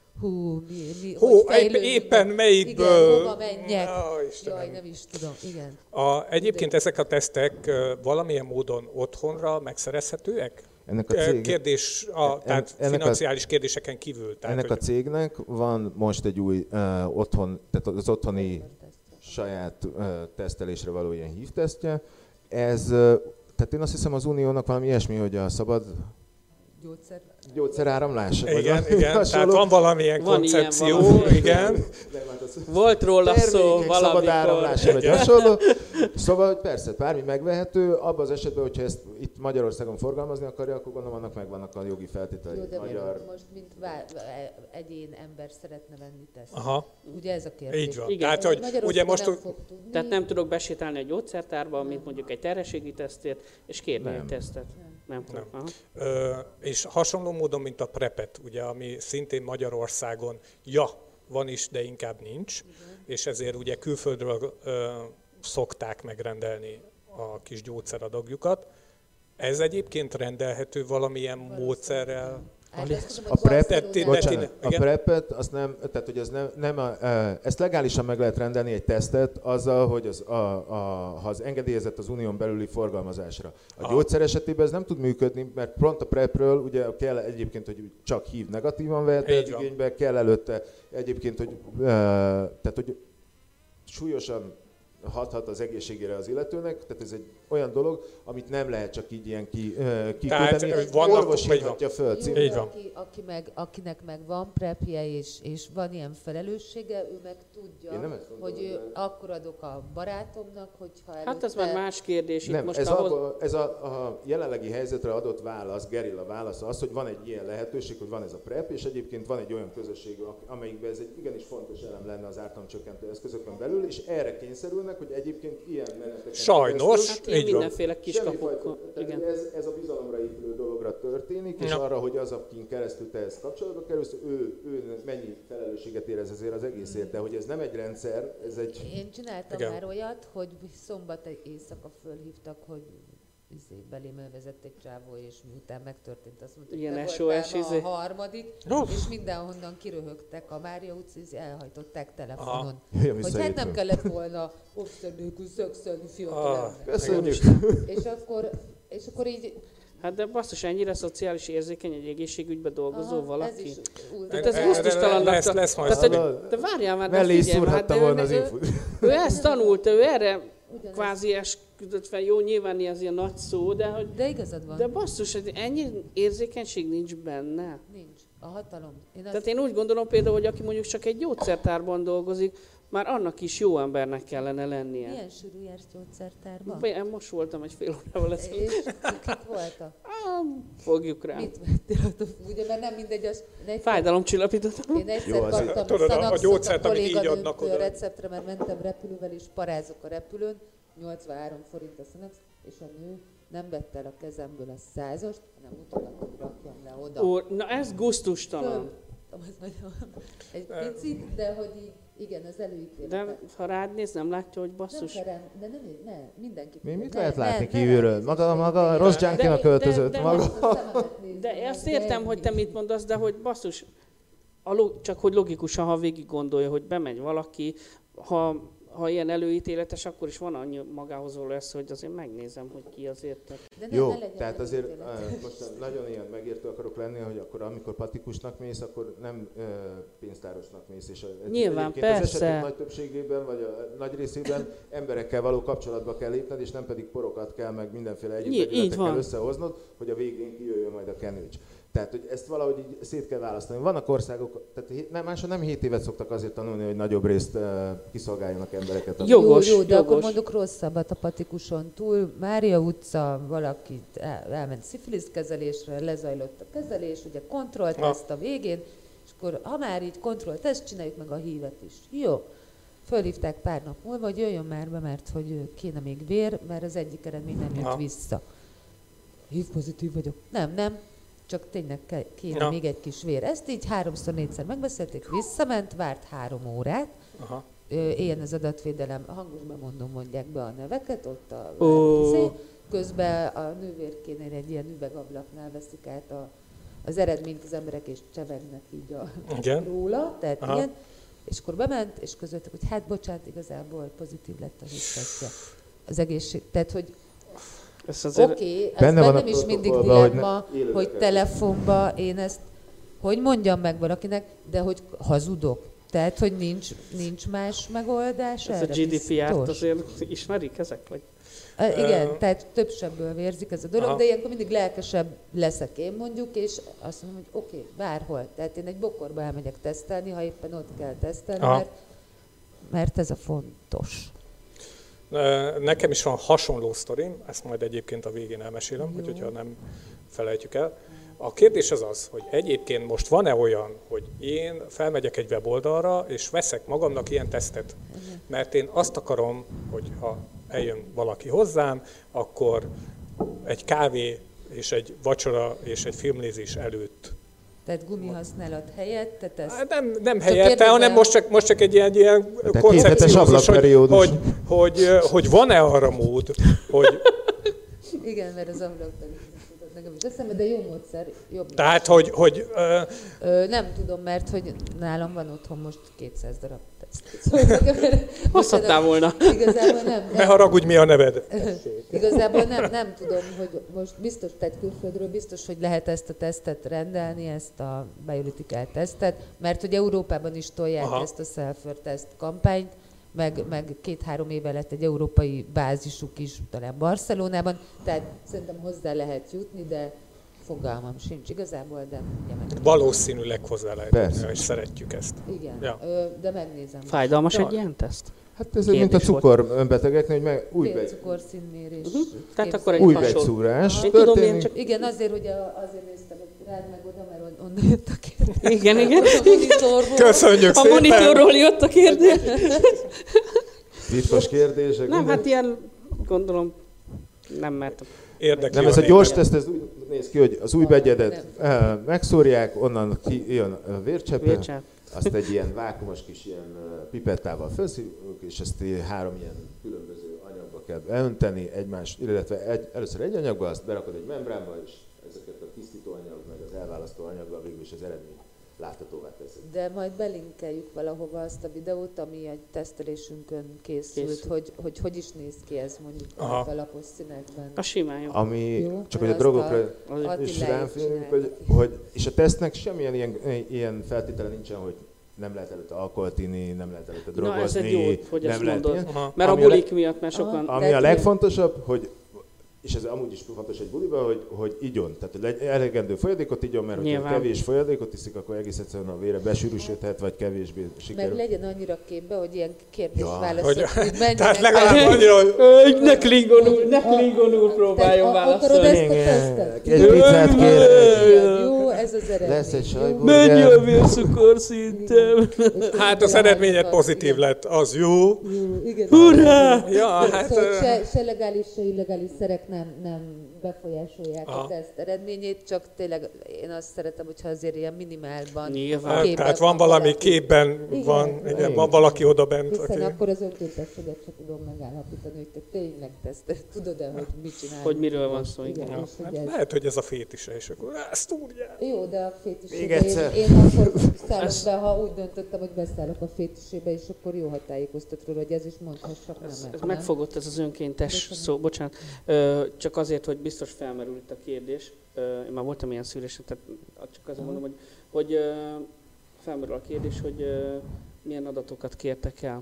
éppen melyikből... Igen, hova menjek. Jaj, nem is tudom, igen. Egyébként ezek a tesztek valamilyen módon otthonra megszerezhetőek? Ennek a cég... Kérdés, tehát financiális kérdéseken kívül. Tehát, ennek a cégnek van most egy új tehát az otthoni saját tesztelésre való ilyen hívtesztje. Tehát én azt hiszem az Uniónak valami ilyesmi, hogy a szabad gyógyszeráramlás. Igen, tehát van valamilyen koncepció, igen. Volt róla szó valamikor. Szabad áramlása, vagy hasonló. Szóval, hogy persze, bármi megvehető, abban az esetben, hogyha ezt itt Magyarországon forgalmazni akarja, akkor gondolom annak megvannak a jogi feltételei. Jó, de most mint egyén ember szeretne venni teszt. Ugye ez a kérdés. Így van. Igen. Tehát, hogy ugye most... Tehát nem tudok besétálni egy gyógyszertárba, mint mondjuk egy terhességi tesztért, és kérni egy tesztet. Nem. És hasonló módon, mint a PrEP-et, ugye, ami szintén Magyarországon van is, de inkább nincs, és ezért ugye külföldről szokták megrendelni a kis gyógyszeradagjukat. Ez egyébként rendelhető valamilyen módszerrel? A prepet, azt nem, tehát hogy ez ezt legálisan meg lehet rendelni egy tesztet azzal, hogy ha az engedélyezett az unión belüli forgalmazásra. A gyógyszer esetében ez nem tud működni, mert pont a prepről ugye kell egyébként, hogy csak HIV negatívan vehet igénybe, kell előtte egyébként, hogy súlyosan hathat az egészségére az illetőnek, tehát ez egy olyan dolog, amit nem lehet csak így ilyen kiküldeni, orvosíthatja föl. Akinek meg van prepje és van ilyen felelőssége, ő meg tudja, hogy ő akkor adok a barátomnak, hogyha előtte... Hát ez már más kérdés. Nem, most ez a jelenlegi helyzetre adott válasz, gerilla válasz az, hogy van egy ilyen lehetőség, hogy van ez a prep, és egyébként van egy olyan közösség, amelyikben ez egy igenis fontos elem lenne az ártalomcsökkentő eszközökön belül, és erre kényszerülnek, hogy egyébként ilyen meneteken... Sajnos, hát így mindenféle kiskapuk. Igen. Ez a bizalomra épülő dologra történik, és arra, hogy az, akin keresztül te ezt kapcsolatba kerülsz, ő mennyi felelősséget érez ezért az egészért, de hogy ez nem egy rendszer, ez egy... Én csináltam már olyat, hogy szombat éjszaka fölhívtak, hogy belém elvezett egy csávó, és miután megtörtént, azt mondta, hogy te voltál a harmadik, és mindenhonnan kiröhögtek a Mária utca, elhajtották telefonon. Hogy hát nem kellett volna obszedőkül szökszölni fiatalember. Köszönjük! És akkor így... Hát de basszus, ennyire szociális érzékeny egy egészségügyben dolgozó valaki? Ez ez gusztustalannak. De várjál már, de figyelj, ő ezt tanulta, ő erre kvázi esküdött fel, jó, nyilván ez ilyen nagy szó, de igazad van. De basszus, hogy ennyi érzékenység nincs benne. Nincs. A hatalom. Tehát én úgy gondolom például, hogy aki mondjuk csak egy gyógyszertárban dolgozik, már annak is jó embernek kellene lennie. Milyen sűrű jársz gyógyszertárban? Én most voltam egy fél órával ezelőtt. És kik voltak? Fogjuk rá. Mit vettél ott? Ugye, mert nem mindegy az... Fájdalomcsillapítót. Én egyszer kaptam a gyógyszert, amit így adnak oda. Receptre, mert mentem repülővel, és parázok a repülőn, 83 forint a Szanax, és a nő nem vette el a kezemből a 100-ost, hanem utána, hogy rakjam le oda. Na ez gusztustalan. Egy picit, de hogy így, igen, az előítélet. De ha rád néz, nem látja, hogy basszus? Nem, mindenki. Mit lehet látni kívülről? Maga rossz junkie-nak költözött. De azt értem, hogy te mit mondasz, de hogy basszus, csak hogy logikusan, ha végig gondolja, hogy bemegy valaki, ha ilyen előítéletes, akkor is van annyi magához való lesz, hogy azért megnézem, hogy ki azért. Jó, tehát azért most nagyon ilyen megértő akarok lenni, hogy akkor amikor patikusnak mész, akkor nem pénztárosnak mész. És nyilván, persze. Az esetek nagy többségében, vagy a nagy részében emberekkel való kapcsolatba kell lépned, és nem pedig porokat kell, meg mindenféle egyéb területekkel összehoznod, hogy a végén kijöjjön majd a kenőcs. Tehát, hogy ezt valahogy így szét kell választani. Vannak országok, tehát máshol nem 7 évet szoktak azért tanulni, hogy nagyobb részt kiszolgáljanak embereket. Jó, de akkor mondok rosszabbat a patikuson túl. Mária utca, valakit elment szifiliszkezelésre, lezajlott a kezelés, ugye kontrollteszt a végén, és akkor ha már így kontrollteszt, csináljuk meg a hívet is. Jó. Fölhívták pár nap múlva, hogy jöjjön már be, mert hogy kéne még vér, mert az egyik eredmény nem jött vissza. HIV pozitív vagyok. Nem. Csak tényleg kéne még egy kis vér. Ezt így 3-4-szer megbeszélték, visszament, várt 3 órát. Ilyen az adatvédelem, hangosban mondják be a neveket, ott közben a nővérkénél egy ilyen üvegablaknál veszik át az eredményt az emberek, és csevegnek így róla, tehát ilyen. És akkor bement, és közöltek, hogy hát bocsánat, igazából pozitív lett a HIV-tesztje. Az egészség, tehát hogy Oké, ez bennem is mindig dilemma, hogy telefonba én ezt, hogy mondjam meg valakinek, de hogy hazudok. Tehát, hogy nincs más megoldás ez erre. Ez a GDPR-t azért ismerik ezek? Vagy? Igen, tehát több sebből vérzik ez a dolog, de ilyenkor mindig lelkesebb leszek én mondjuk, és azt mondom, hogy oké, bárhol. Tehát én egy bokorba elmegyek tesztelni, ha éppen ott kell tesztelni, mert ez a fontos. Nekem is van hasonló sztorim, ezt majd egyébként a végén elmesélem, hogyha nem felejtjük el. A kérdés az, hogy egyébként most van-e olyan, hogy én felmegyek egy weboldalra, és veszek magamnak ilyen tesztet. Mert én azt akarom, hogy ha eljön valaki hozzám, akkor egy kávé és egy vacsora és egy filmnézés előtt Tehát gumihasználat helyett, tehát ezt... Nem helyette, hanem most csak egy ilyen koncepciózus, hogy van-e arra mód, hogy... Igen, mert az ablakban nekem is eszembe, de jó módszer. Jobb tehát, hogy nem tudom, mert hogy nálam van otthon most 200 darab teszt. Hozhatnál volna. Igazából nem. Ne haragudj, mi a neved? Igazából nem tudom, hogy most biztos, tehát külföldről biztos, hogy lehet ezt a tesztet rendelni, ezt a biolitical tesztet, mert hogy Európában is tolják ezt a self-test kampányt, meg 2-3 éve lett egy európai bázisuk is, talán Barcelonában, tehát szerintem hozzá lehet jutni, de fogalmam sincs igazából, de... Valószínűleg hozzá lehet jutni, és szeretjük ezt. Igen, de megnézem. Fájdalmas egy ilyen teszt? Hát ez mint a cukorbetegeknél, hogy Vércukorszínmérés. Tehát akkor egy újbegyszúrás. Igen, azért néztem rád meg oda, mert onnan jött a kérdés. Igen. A monitorról. Köszönjük szépen! A monitorról jött a kérdés. Titkos kérdések. Nem, hát ilyen, gondolom, nem mert... Érdekli. Nem, ez a gyors teszt, ez úgy néz ki, hogy az újbegyedet megszórják, onnan kijön a vércsepp, azt egy ilyen vákumos kis ilyen pipettával felszívjuk, és ezt 3 ilyen különböző anyagba kell beönteni, illetve először egy anyagba, azt berakod egy membránba, és ezeket a tisztítóanyag, meg az elválasztó anyaggal végül is az eredmény láthatóvá teszed. De majd belinkeljük valahova azt a videót, ami egy tesztelésünkön készült, hogy is néz ki ez mondjuk a lapos színekben. A simán jó. Ami, jó, csak hogy a drogokra is ráférünk, és a tesztnek semmilyen ilyen feltétele nincsen, hogy nem lehet előtte alkoholt inni, nem lehet előtte drogozni. Na ez egy jó, hogy ezt mondod. Mert ami a bulik miatt, mert sokan... Ami a legfontosabb, hogy és ez amúgy is fontos egy buliban, hogy igyon. Tehát elegendő folyadékot igyon, mert ha kevés folyadékot iszik, akkor egész egyszerűen a vére besűrűsödhet, vagy kevésbé sikerül. Meg legyen annyira képbe, hogy ilyen kérdés-válaszok, hogy menjenek. Tehát legalább annyira, hogy... Ne klingonul próbáljon válaszolni. Akarod ezt a tesztet? Egy pizzát kérek. Jó, ez az eredmény. Lesz egy sajtburger. Mennyi a vércukorszintem? Hát az eredményed pozitív lett, az jó. Hurrá! Ja, hát... Szóval se legális, se illegális szerek nem befolyásolják a teszt eredményét, csak tényleg én azt szeretem, hogyha azért ilyen minimálban. Nyilván. Tehát van valami képben, van valaki oda bent. Hiszen akkor az önkéntességet csak tudom megállapítani, hogy te tényleg teszted, tudod-e, hogy mit csinálni. Hogy miről van szó, igen. Ja, hát lehet, hogy ez a fétise, és akkor ezt tudják. Jó, de a fétisébe én akkor szállok be, ha úgy döntöttem, hogy beszállok a fétisébe, és akkor jó, ha tájékoztat róla, hogy ez is mondhassak, nem. Ez megfogott ez az önkéntes szó, bocsánat. Csak azért, hogy biztos felmerül itt a kérdés. Én már voltam ilyen szűrésen, tehát csak azt mondom, hogy felmerül a kérdés, hogy milyen adatokat kértek el.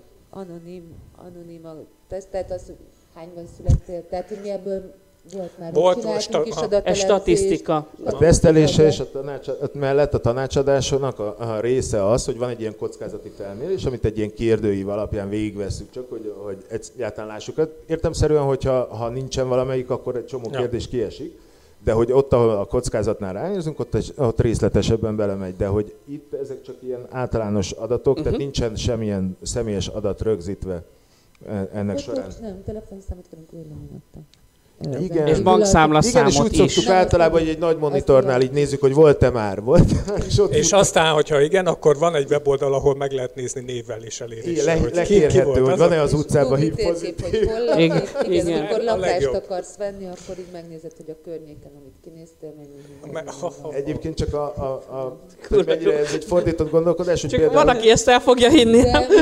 Anonim a teszt, tehát az, hogy hányban születtél, tehát hogy mi ebből volt már, egy statisztika. A tesztelése és mellett a tanácsadásnak a része az, hogy van egy ilyen kockázati felmérés, amit egy ilyen kérdőív alapján végigvesszük, csak hogy egyáltalán lássuk. Értelemszerűen, hogyha nincsen valamelyik, akkor egy csomó kérdés kiesik, de hogy ott, ahol a kockázatnál ráérzünk, ott részletesebben belemegy, de hogy itt ezek csak ilyen általános adatok, tehát nincsen semmilyen személyes adat rögzítve ennek során. Nem, telefonszámot kérünk véleményettel. Igen. És bankszámlaszámot is. Igen, és úgy szoktuk általában, hogy egy nagy monitornál így nézzük, hogy volt-e már. És aztán, hogyha igen, akkor van egy weboldal, ahol meg lehet nézni névvel és eléréssel. Lekérhető, hogy van-e az utcában HIV pozitív. Igen, amikor lakást akarsz venni, akkor így megnézed, hogy a környéken, amit kinéztél, egyébként csak hogy mennyire ez egy fordított gondolkodás, hogy csak van, aki ezt el fogja hinni.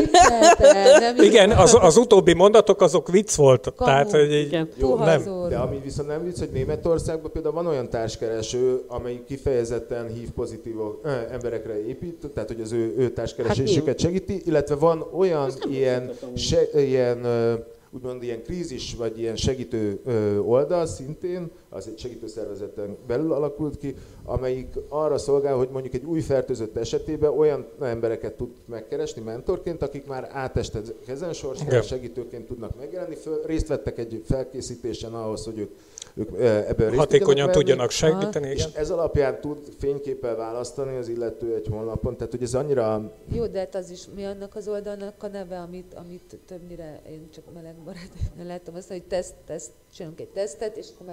Igen, az utóbbi mondatok azok vicc voltak. Tehát, hogy így nem. De ami viszont nem vicc, hogy Németországban például van olyan társkereső, amely kifejezetten HIV pozitív emberekre épít, tehát hogy az ő társkeresésüket segíti, illetve van olyan úgymond ilyen krízis, vagy ilyen segítő oldal szintén, az egy segítő szervezeten belül alakult ki, amelyik arra szolgál, hogy mondjuk egy új fertőzött esetében olyan embereket tud megkeresni mentorként, akik már átestek ezen sorson, segítőként tudnak megjelenni, részt vettek egy felkészítésen ahhoz, hogy ők ebben részt hatékonyan tudjanak segíteni. És ez alapján tud fényképpel választani az illető egy honlapon, tehát hogy ez annyira... Jó, de hát az is mi annak az oldalnak a neve, amit többnyire én csak meleg barátomnál láttam, azt, hogy teszt, csinálunk egy tesztet, és akkor már rögtön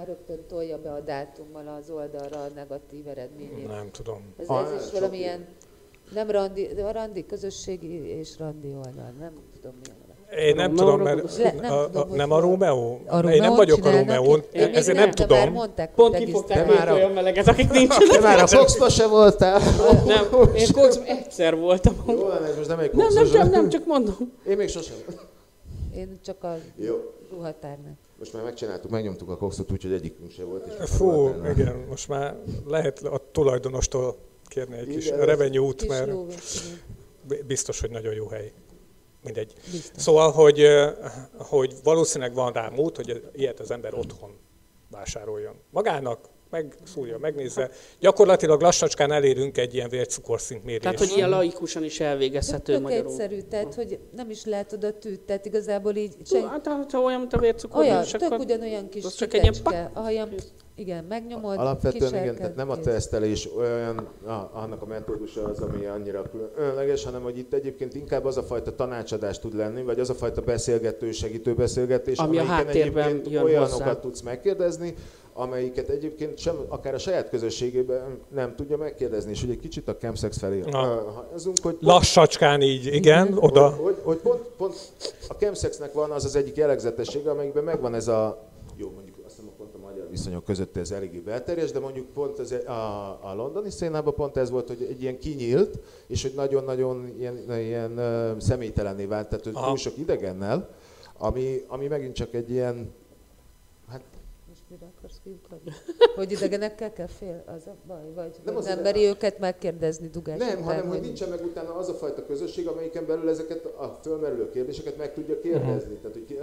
tolja be a dátummal az oldalra a negatív eredményét. Nem tudom. Ez is valamilyen, nem randi, de a randi közösségi és randi oldal, nem tudom milyen. Én nem tudom, mert nem a Rómeó? Én nem vagyok a Rómeón, ezért nem tudom. Pont kifogták még olyan meleget, akik nincsenek. Te már a Foxba se voltál? Nem, én Foxban egyszer voltam. Jó, ez most nem egy Foxos. Nem, csak mondom. Én még sosem. Én csak a ruhatárnál. Most már megcsináltuk, megnyomtuk a Coxot, úgyhogy egyikünk se volt. Fú, igen, most már lehet a tulajdonostól kérni egy kis revenue-t, mert biztos, hogy nagyon jó hely. Mindegy. Biztos. Szóval, hogy valószínűleg van rá mód, hogy ilyet az ember otthon vásároljon. Magának, megszúrja, megnézze. Gyakorlatilag lassacskán elérünk egy ilyen vércukorszint mérést. Tehát, hogy ilyen laikusan is elvégezhető magyarul. Egyszerű, tehát, hogy nem is látod a tűt, tehát igazából így... Hát, olyan, mint a vércukor. Olyan, tök ugyanolyan kis kitecske. Igen, megnyomod, alapvetően igen, tehát nem a tesztelés olyan, annak a metódusa az, ami annyira különleges, hanem hogy itt egyébként inkább az a fajta tanácsadás tud lenni, vagy az a fajta beszélgető, segítő beszélgetés, ami a háttérben jön olyanokat hozzá. Tudsz megkérdezni, amelyiket egyébként sem akár a saját közösségében nem tudja megkérdezni, és hogy egy kicsit a chemsex felé hajazunk, hogy... Lassacskán így, igen, oda. Hogy pont a chemsexnek van az egyik jellegzetessége, amelyikben megvan ez a... Jó, mondjuk pont a magyar viszonyok között ez eléggé belterjes, de mondjuk pont a londoni szénában pont ez volt, hogy egy ilyen kinyílt, és hogy nagyon-nagyon ilyen személytelenné vált, tehát túl sok idegennel, ami megint csak egy ilyen... Hát, most mire akarsz kiukadni? Hogy idegenekkel kell fél, az a baj? Vagy nem meri őket megkérdezni dugás nem, után, hanem hogy nincsen meg utána az a fajta közösség, amelyiken belül ezeket a fölmerülő kérdéseket meg tudja kérdezni. Tehát, hogy,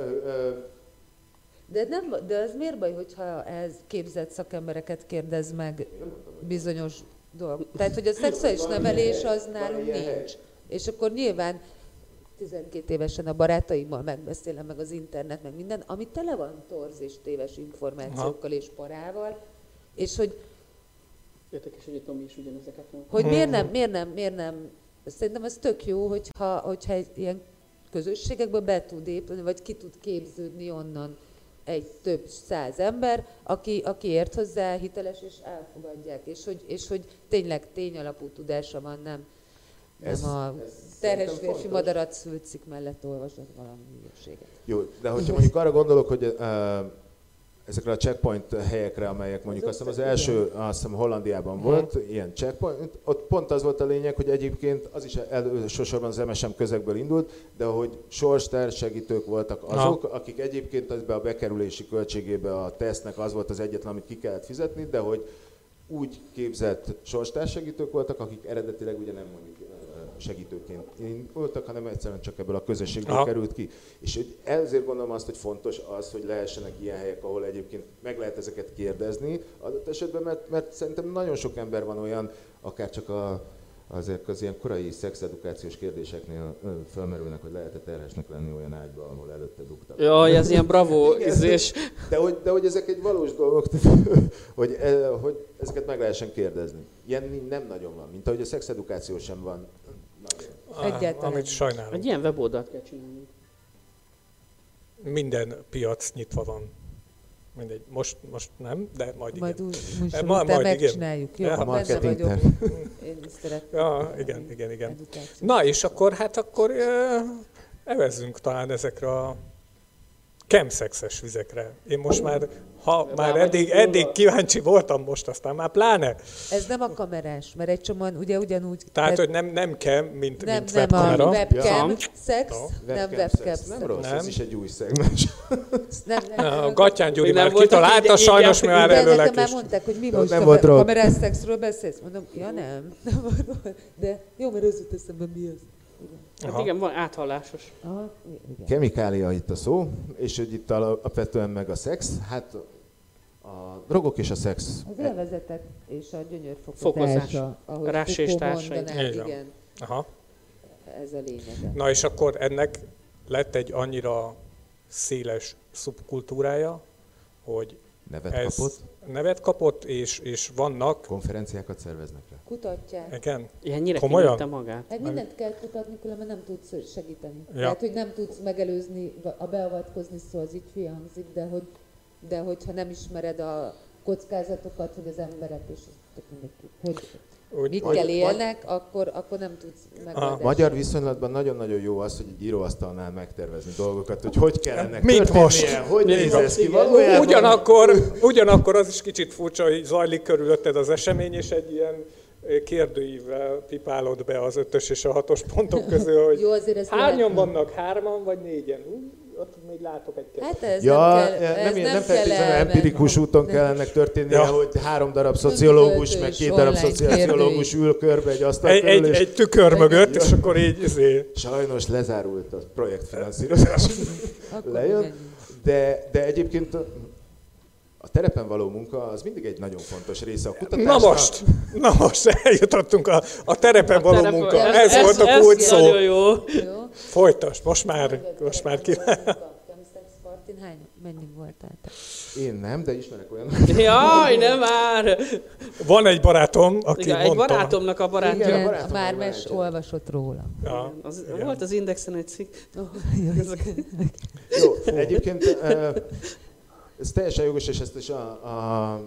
De az miért baj, hogyha ez képzett szakembereket kérdez meg bizonyos dolgok? Tehát, hogy a szexuális nevelés az nálunk nincs. És akkor nyilván 12 évesen a barátaimmal megbeszélem meg az internet, meg minden, ami tele van torz és téves információkkal és parával, és hogy... Érdekes, hogy a Tomi is ugyanezeket mondta. Hogy miért nem, szerintem ez tök jó, hogyha ilyen közösségekbe be tud épülni, vagy ki tud képződni onnan egy több száz ember, aki ért hozzá, hiteles és elfogadják, és hogy tényleg tényalapú tudása van, nem a terhes férfi madarat szülcik mellett olvasnak valami hülyeséget. Jó, de hogyha mondjuk arra gondolok, hogy ezekre a checkpoint helyekre, amelyek mondjuk az első, azt hiszem Hollandiában volt, ilyen checkpoint, ott pont az volt a lényeg, hogy egyébként az is elsősorban az MSM közegből indult, de hogy sorstárssegítők voltak azok, akik egyébként ebbe a bekerülési költségébe a tesztnek az volt az egyetlen, amit ki kellett fizetni, de hogy úgy képzett sorstárssegítők voltak, akik eredetileg ugye nem mondjuk segítőként indultak, hanem egyszerűen csak ebből a közösségből került ki. És ezért gondolom azt, hogy fontos az, hogy lehessenek ilyen helyek, ahol egyébként meg lehet ezeket kérdezni adott esetben, mert szerintem nagyon sok ember van olyan, akár csak azért az ilyen korai szexedukációs kérdéseknél felmerülnek, hogy lehet-e terhesnek lenni olyan ágyba, ahol előtte dugtak. Jaj, ez ilyen bravo ízés. De hogy ezek egy valós dolgok, hogy ezeket meg lehessen kérdezni. Ilyen nem nagyon van, mint ahogy a szexedukáció sem van. Egyáltalán. Amit sajnálom. Egy ilyen weboldalt kell csinálni. Minden piac nyitva van. Mindegy. Most nem, de majd igen. Majd megcsináljuk. Jó, a marketing terv. Én is szeretném. Ja, igen. Na és akkor evezzünk talán ezekre a chemsexes vizekre. Én most már, eddig kíváncsi voltam most, aztán már pláne. Ez nem a kamerás, mert egy csomóan ugyanúgy... Tehát, hogy nem cam, mint webkamera. Nem a webcam szex, nem webcam. Nem rossz, ez is egy új szegmens. A Gatyán Gyuri már kitalálta, sajnos már előleg is. Nekem már mondták, hogy mi most a kamerás szexről beszélsz. Mondom, ja nem. De jó, mert az jut eszembe, mi az. Hát igen, van áthallásos. Kemikália itt a szó, és hogy itt alapvetően meg a szex, hát a drogok és a szex. Az élvezetek és a gyönyörfokozása, ahogy Rás és társai. Igen. Aha. Ez a lényeg. Na és akkor ennek lett egy annyira széles szubkultúrája, hogy nevet kapott, és vannak... Konferenciákat szerveznek rá. Kutatják. Igen? Ilyennyire kinőtte magát. Hát mindent kell kutatni, különben nem tudsz segíteni. Ja. Tehát, hogy nem tudsz megelőzni, a beavatkozni, szóval az így hülye hangzik, de hogyha nem ismered a kockázatokat, hogy az emberek és hogy mikkel élnek, akkor nem tudsz megoldást. A magyar viszonylatban nagyon-nagyon jó az, hogy egy íróasztalnál megtervezni dolgokat, hogy kell ennek történnie, hogy néz ez ki valójában. Ugyanakkor az is kicsit furcsa, hogy zajlik körülötted az esemény, és egy ilyen kérdőívvel pipálod be az 5-ös és a 6-os pontok közül, hogy jó, hányan vannak, 3-an vagy 4-en? Ott még látok egy kettőt. Hát ez nem feltétlenül empirikus úton kell ennek történnie, hogy 3 darab szociológus, meg 2 darab szociológus ül körbe egy asztal körül. Egy tükör mögött, és akkor így... Sajnos lezárult a projektfinanszírozás. Lejön. De egyébként a terepen való munka az mindig egy nagyon fontos része a kutatásnak. Na most eljutottunk a terepen való munka. Ez volt a kulcs szó. Nagyon jó. Folytasd, most már ki. Mennyi voltál te? Én nem, de ismerek olyan. Jaj, nem már! Van egy barátom, aki mondta. Egy barátomnak a barátja. Igen, már olvasott róla. Ja. Volt az Indexen egy cikk. Jó, egyébként ez teljesen jogos, és ezt is a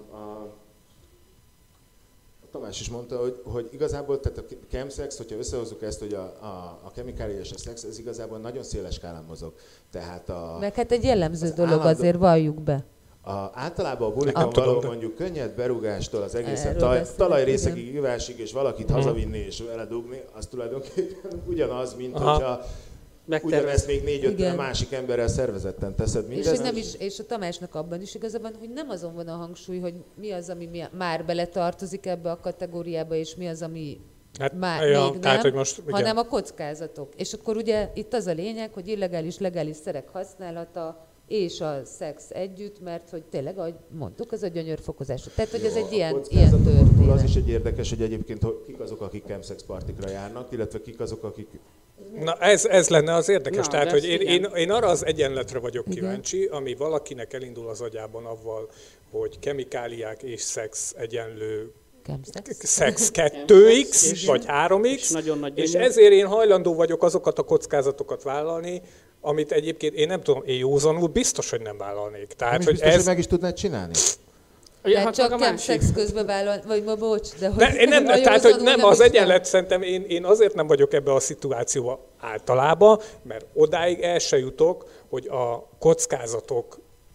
Tamás is mondta, hogy igazából tehát a chemsex, hogyha összehozzuk ezt, hogy a kemikália és a szex, ez igazából nagyon széles skálán mozog. Tehát meg hát egy jellemző dolog, azért valljuk be. Általában a bulikon való mondjuk könnyed berúgástól az egészen talajrészekig, ivásig, és valakit hazavinni és vele dugni, az tulajdonképpen ugyanaz, mint hogyha ugyanezt még 4-5 másik emberrel szervezetten teszed mindezt. És a Tamásnak abban is igaza van, hogy nem azon van a hangsúly, hogy mi az, ami már beletartozik ebbe a kategóriába, és mi az, ami még nem, tehát, hogy most, hanem a kockázatok. És akkor ugye itt az a lényeg, hogy illegális-legális szerek használata és a szex együtt, mert hogy tényleg, ahogy mondtuk, az a gyönyörfokozás. Tehát, hogy ez egy ilyen történet. Az is egy érdekes, hogy egyébként kik azok, akik chemsex partikra járnak, illetve kik azok, akik... Na ez lenne az érdekes. Tehát, hogy én arra az egyenletre vagyok kíváncsi, ami valakinek elindul az agyában avval, hogy kemikáliák és szex egyenlő szex 2x vagy 3x, és ezért én hajlandó vagyok azokat a kockázatokat vállalni, amit egyébként én nem tudom, én józanul biztos, hogy nem vállalnék. Tehát, nem biztos, hogy meg is tudnád csinálni? Hát csak chemsex közben vállal, vagy ma bocs, de hogy... Tehát, hogy nem, az egyenlet szerintem én azért nem vagyok ebbe a szituációba általában, mert odáig el se jutok, hogy a kockázatok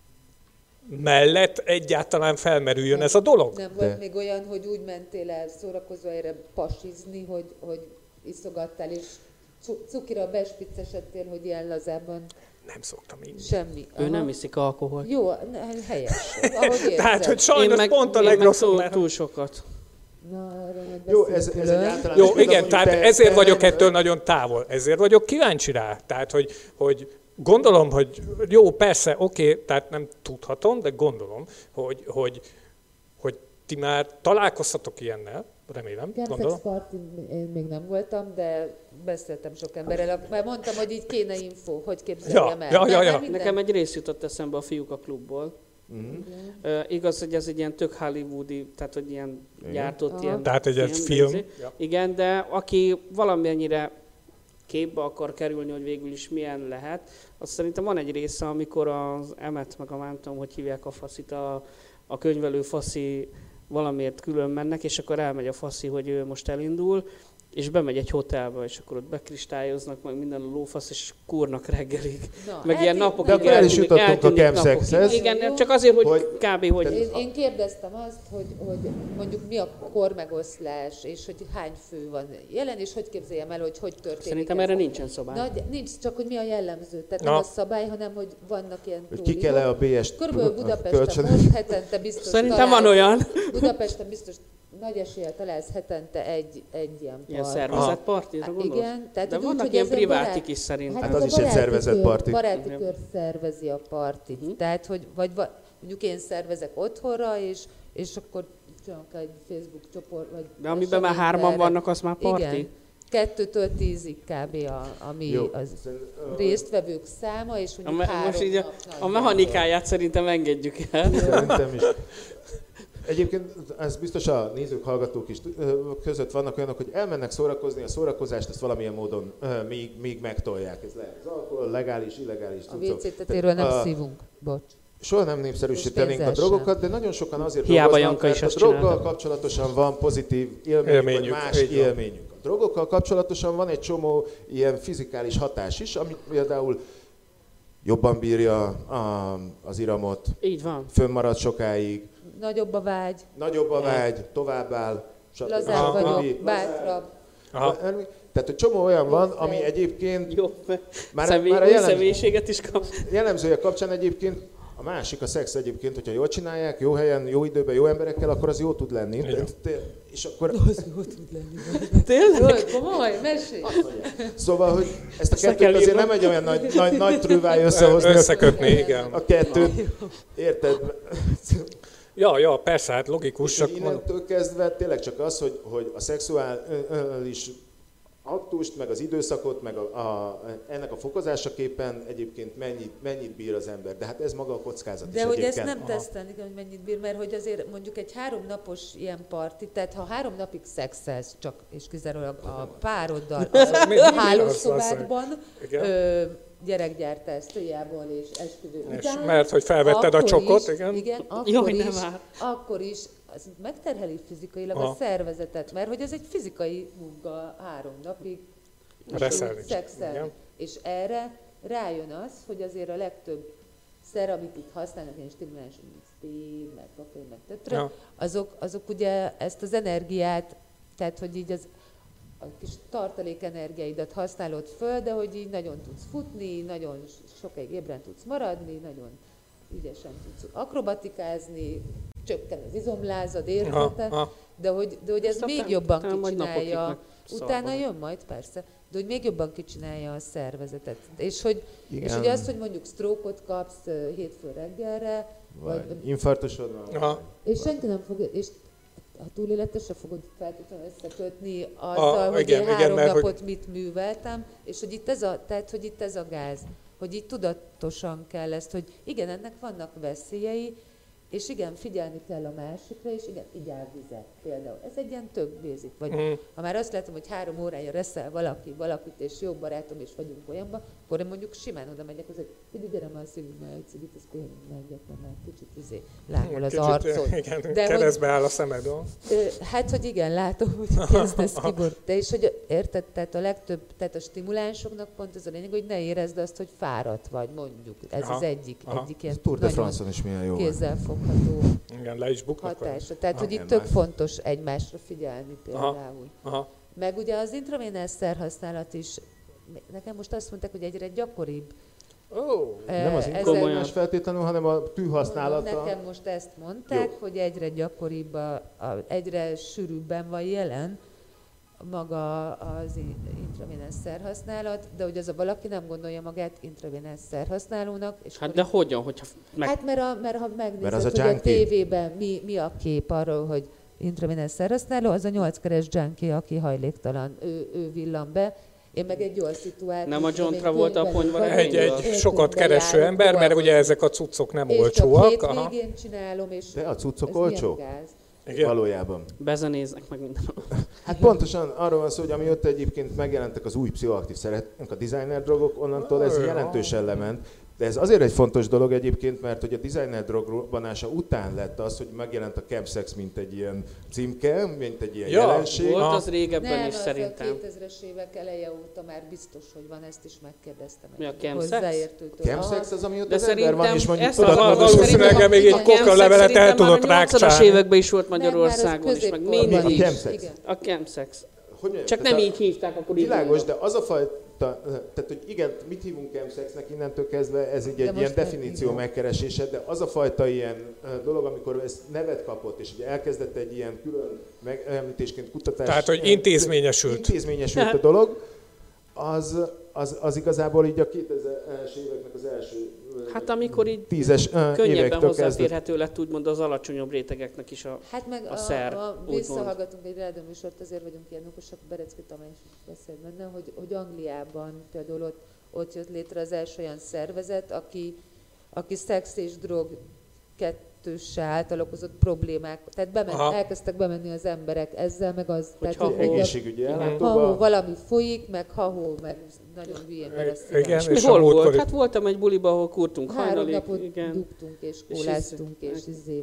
mellett egyáltalán felmerüljön ez a dolog. Nem volt még olyan, hogy úgy mentél el szórakozó helyre pasizni, hogy iszogattál, és cukira bespiccesedtél, hogy ilyen lazában... Nem szoktam inni. Semmi. Ő nem iszik alkoholt. Jó, helyes. Tehát, hogy sajnos pont a legrosszabb. Túl sokat. Na, jó, ez egy általán... Jó, igen, tehát ezért vagyok ettől nagyon távol. Ezért vagyok kíváncsi rá. Tehát, hogy gondolom, hogy jó, persze, oké, tehát nem tudhatom, de gondolom, hogy ti már találkoztatok ilyennel, remélem, gondolom. Partin én még nem voltam, de beszéltem sok emberrel, mert mondtam, hogy így kéne info, hogy képzeljem el. Ja. Nekem egy rész jutott eszembe a Fiúk a klubból. Igaz, hogy ez egy ilyen tök hollywoodi, tehát hogy ilyen gyártott ilyen... Tehát egy film. Igen, de aki valamennyire képbe akar kerülni, hogy végül is milyen lehet, azt szerintem van egy része, amikor az Emet, meg a nem tudom, hogy hívják a faszit, a könyvelő faszi valamiért külön mennek, és akkor elmegy a faszi, hogy ő most elindul, és bemegy egy hotelbe, és akkor ott bekristályoznak, meg minden a lófasz, és kúrnak reggelig. Meg ilyen napokig. De akkor el is jutottunk a chemsexhez. Igen, csak azért, hogy kb. Hogy... Én kérdeztem azt, hogy mondjuk mi a kormegoszlás, és hogy hány fő van jelen, és hogy képzeljem el, hogy történik. Szerintem erre nincsen szabály. Nincs, csak hogy mi a jellemző. Tehát nem a szabály, hanem hogy vannak ilyen túlidók. Ki kell-e a BS-t körülbelül Budapesten most hetente biztos Szerintem van olyan. Budapesten biztos nagy eséllyel találsz hetente egy ilyen part. Ilyen szervezetpartira gondolsz? Igen. Tehát de vannak ilyen privátik is szerintem. Hát az is egy szervezetparti. Baráti kör szervezi a partit. Tehát, hogy mondjuk én szervezek otthonra, és akkor csinálok egy Facebook csoport. Vagy de amiben már 3-an vannak, az már parti? Igen. 2-től 10-ig kb. Ami az résztvevők száma, és mondjuk 3 most így a mechanikáját szerintem engedjük el. Szerintem is. Egyébként ez biztos a nézők, hallgatók is között vannak olyanok, hogy elmennek szórakozni, a szórakozást ezt valamilyen módon még megtolják. Ez lehet az alkohol, legális, illegális cuccok. A WC-tetéről nem szívunk, bocs. soha nem népszerűsítenénk a drogokat, de nagyon sokan azért Hiába dolgoznak, mert a droggal kapcsolatosan van pozitív élményük, vagy más élményük. A drogokkal kapcsolatosan van egy csomó ilyen fizikális hatás is, ami például jobban bírja az iramot, így van. Fönnmarad sokáig. Nagyobb a vágy. Nagyobb a vágy, továbbáll. Lazább vagyok, bátrabb. Tehát, hogy csomó olyan van, ami egyébként... Jó, már a személyiséget is kap. Jellemzője kapcsán egyébként a másik, a szex egyébként, hogyha jól csinálják, jó helyen, jó időben, jó emberekkel, akkor az jó tud lenni. És akkor... Az jó tud lenni. Tényleg? Komoly, mesélj! Szóval, hogy ezt a kettőt azért nem egy olyan nagy trüváj összehozni. Összekötni, igen. A kettőt. Érted? Ja, persze, hát logikus. Csak innentől kezdve tényleg csak az, hogy a szexuális aktust, meg az időszakot, meg ennek a fokozásaképpen egyébként mennyit bír az ember. De hát ez maga a kockázat de is hogy egyébként. ezt nem tesztelni, hogy mennyit bír, mert hogy azért mondjuk egy 3 napos ilyen parti, tehát ha 3 napig szexelsz csak és kizárólag a pároddal a hálószobádban, gyerekgyártás céljából és esküvő után. Mert hogy felvetted a csokot, igen. Igen, akkor is az megterheli fizikailag a szervezetet, mert hogy ez egy fizikai munka 3 napig szexelni. És erre rájön az, hogy azért a legtöbb szer, amit itt használnak, ilyen stimuláns, mint speed, meg kokain, meg tetra, azok ugye ezt az energiát, tehát hogy így a kis tartalékenergiaidat használod föl, de hogy így nagyon tudsz futni, nagyon sokáig ébren tudsz maradni, nagyon ügyesen tudsz akrobatikázni, csökken az izomlázad, érted? De hogy ez még jobban kicsinálja, utána jön majd persze, de hogy még jobban kicsinálja a szervezetet. És ugye azt, hogy mondjuk stroke-ot kapsz hétfő reggelre, vagy infarktusod van. És senki nem fog, és a túléletesre fogod feltétlenül összekötni azzal, hogy én 3 napot mit műveltem, és hogy itt ez a gáz, hogy itt tudatosan kell ezt, hogy igen, ennek vannak veszélyei, és igen, figyelni kell a másikra, és igen, igyál vizet például. Ez egy ilyen tök basic. Vagy ha már azt látom, hogy 3 órája reszel valakit, és jó barátom, és vagyunk olyanban, akkor én mondjuk simán oda megyek, hogy figyelj, gyere már szívünk már egy cigit, ezt pihenjünk már egyet, már kicsit lángol az arcod. Igen, keresztbe áll a szemed. Hát, hogy igen, látom, hogy kezdesz kibor. De és hogy érted, tehát a legtöbb, tehát a stimulánsoknak pont ez a lényeg, hogy ne érezd azt, hogy fáradt vagy, mondjuk. Ez az egyik ilyen Tour de France-on is milyen jó kézzelfogható hatása. Tehát, hogy itt tök fontos egymásra figyelni például. Meg ugye az intravénás szerhasználat is, nekem most azt mondták, hogy egyre gyakoribb. Nem az intravénás feltétlenül, hanem a tűhasználata. Nekem most ezt mondták, hogy egyre gyakoribb, egyre sűrűbben van jelen maga az intravénás szerhasználat, de hogy az a valaki nem gondolja magát intravénás szerhasználónak. És hát de hogyan, hogyha Hát mert ha megnézed, hogy a tévében mi a kép arról, hogy intravénás szerhasználó, az a 8-keres junkie, aki hajléktalan, ő villan be. Én meg egy jól szituált. Nem a John Travolta a ponyva egy sokat kereső ember, mert ugye ezek a cuccok nem olcsóak. És csak hétvégén csinálom, és de a cuccok olcsó? Igen. Valójában. Bezenéznek meg minden. Hát pontosan arról van szó, hogy amióta egyébként megjelentek az új pszichoaktív szerek, a designer drogok, onnantól ez jelentősen lement. De ez azért egy fontos dolog egyébként, mert hogy a designer drog robbanása után lett az, hogy megjelent a chemsex, mint egy ilyen címke, mint egy ilyen jelenség. Volt az régebben is szerintem. Nem, az a 2000-es évek eleje óta már biztos, hogy van, ezt is megkérdeztem. Mi a chemsex? Chemsex az, amióta az ember van, és mondjuk valószínűleg még egy kokkalevelet el tudott rákcsálni. A 80-as években is volt Magyarországon, és meg mindig. A chemsex. Csak nem így hívták akkor. Világos, de az a fajta, tehát hogy igen, mit hívunk chemsexnek innentől kezdve, ez egy ilyen definíció megkeresése, de az a fajta ilyen dolog, amikor ez nevet kapott, és ugye elkezdett egy ilyen külön megemlítésként kutatás. Tehát, hogy intézményesült. Intézményesült a dolog, az igazából így a 2000-es éveknek az első hát amikor így 10-es könnyebben hozzáférhető lett úgymond az alacsonyabb rétegeknek is hát meg a szer. Visszahallgatunk egy rádióműsort, azért vagyunk ilyen okosak, Berecki Tamás is beszélt benne, hogy Angliában például ott jött létre az első olyan szervezet, aki szex és drog kettőssel által okozott problémák. Tehát elkezdtek bemenni az emberek ezzel, meg az. Hogy tehát, egészségügyi ellátóba. ha valami folyik, meg meg nagyon hülyén meresszük. Igen, és mi hol volt? Hát voltam egy buliba, ahol kurtunk 3 napot dugtunk, és kóláztunk, és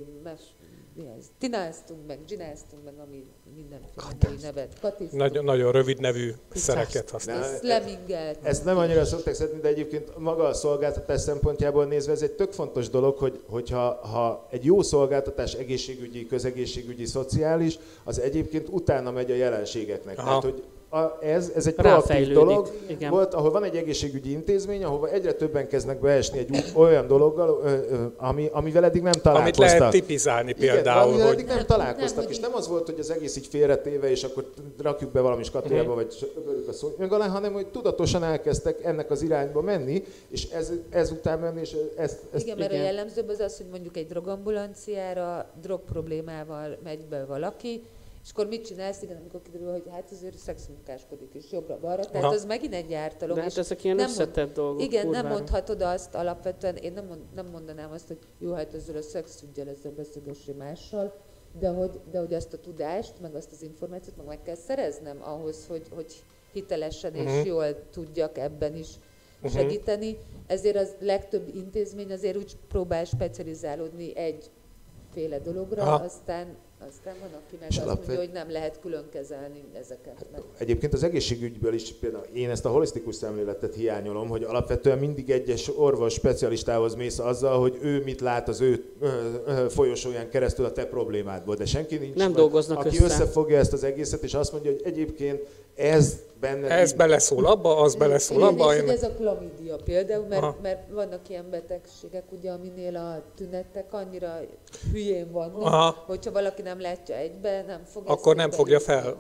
tináztunk, meg gináztunk, meg ami mindenféle nevet. Nagyon rövid nevű szereket használunk. Slamingelt. Ezt nem annyira szokták szeretni, de egyébként maga a szolgáltatás szempontjából nézve ez egy tök fontos dolog, hogyha egy jó szolgáltatás egészségügyi, közegészségügyi, szociális, az egyébként utána megy a jelenségeknek. Aha. Tehát, hogy ez egy proaktív dolog igen. volt, ahol van egy egészségügyi intézmény, ahova egyre többen kezdnek beesni egy olyan dologgal, amivel eddig nem találkoztak. Amit lehet tipizálni például. Amivel eddig nem találkoztak, és nem az volt, hogy az egész így félretéve, és akkor rakjuk be valami skatujába, vagy öpörjük a szó, hanem hogy tudatosan elkezdtek ennek az irányba menni, és ezután menni, és ezt igen, mert a jellemzőbb az, hogy mondjuk egy drogambulanciára drogproblémával megy be valaki, és akkor mit csinálsz, igen, amikor kiderül, hogy hát azért szexmunkáskodik is jobbra-balra, tehát az megint egy ártalom. De hát ezek ilyen összetett dolgok. Igen, kurvára. Nem mondhatod azt alapvetően, én nem mondanám azt, hogy jó, hát ezzel a szexüggyel ezzel beszélgessé mással, de hogy azt a tudást, meg azt az információt meg kell szereznem ahhoz, hogy hitelesen és jól tudjak ebben is segíteni. Ezért az legtöbb intézmény azért úgy próbál specializálódni egyféle dologra, aztán van, aki meg azt mondja, hogy nem lehet külön kezelni ezeket. Egyébként az egészségügyből is például én ezt a holisztikus szemléletet hiányolom, hogy alapvetően mindig egyes orvos specialistához mész azzal, hogy ő mit lát az ő folyosóján keresztül a te problémádból, de senki nincs, nem dolgoznak aki összefogja ezt az egészet, és azt mondja, hogy egyébként ez benne... Ez beleszól abba, az beleszól abba. És ez a klamídia például, mert vannak ilyen betegségek, ugye, aminél a tünetek annyira hülyén vannak, hogyha valaki nem látja egybe, nem fog... Akkor nem fogja fel.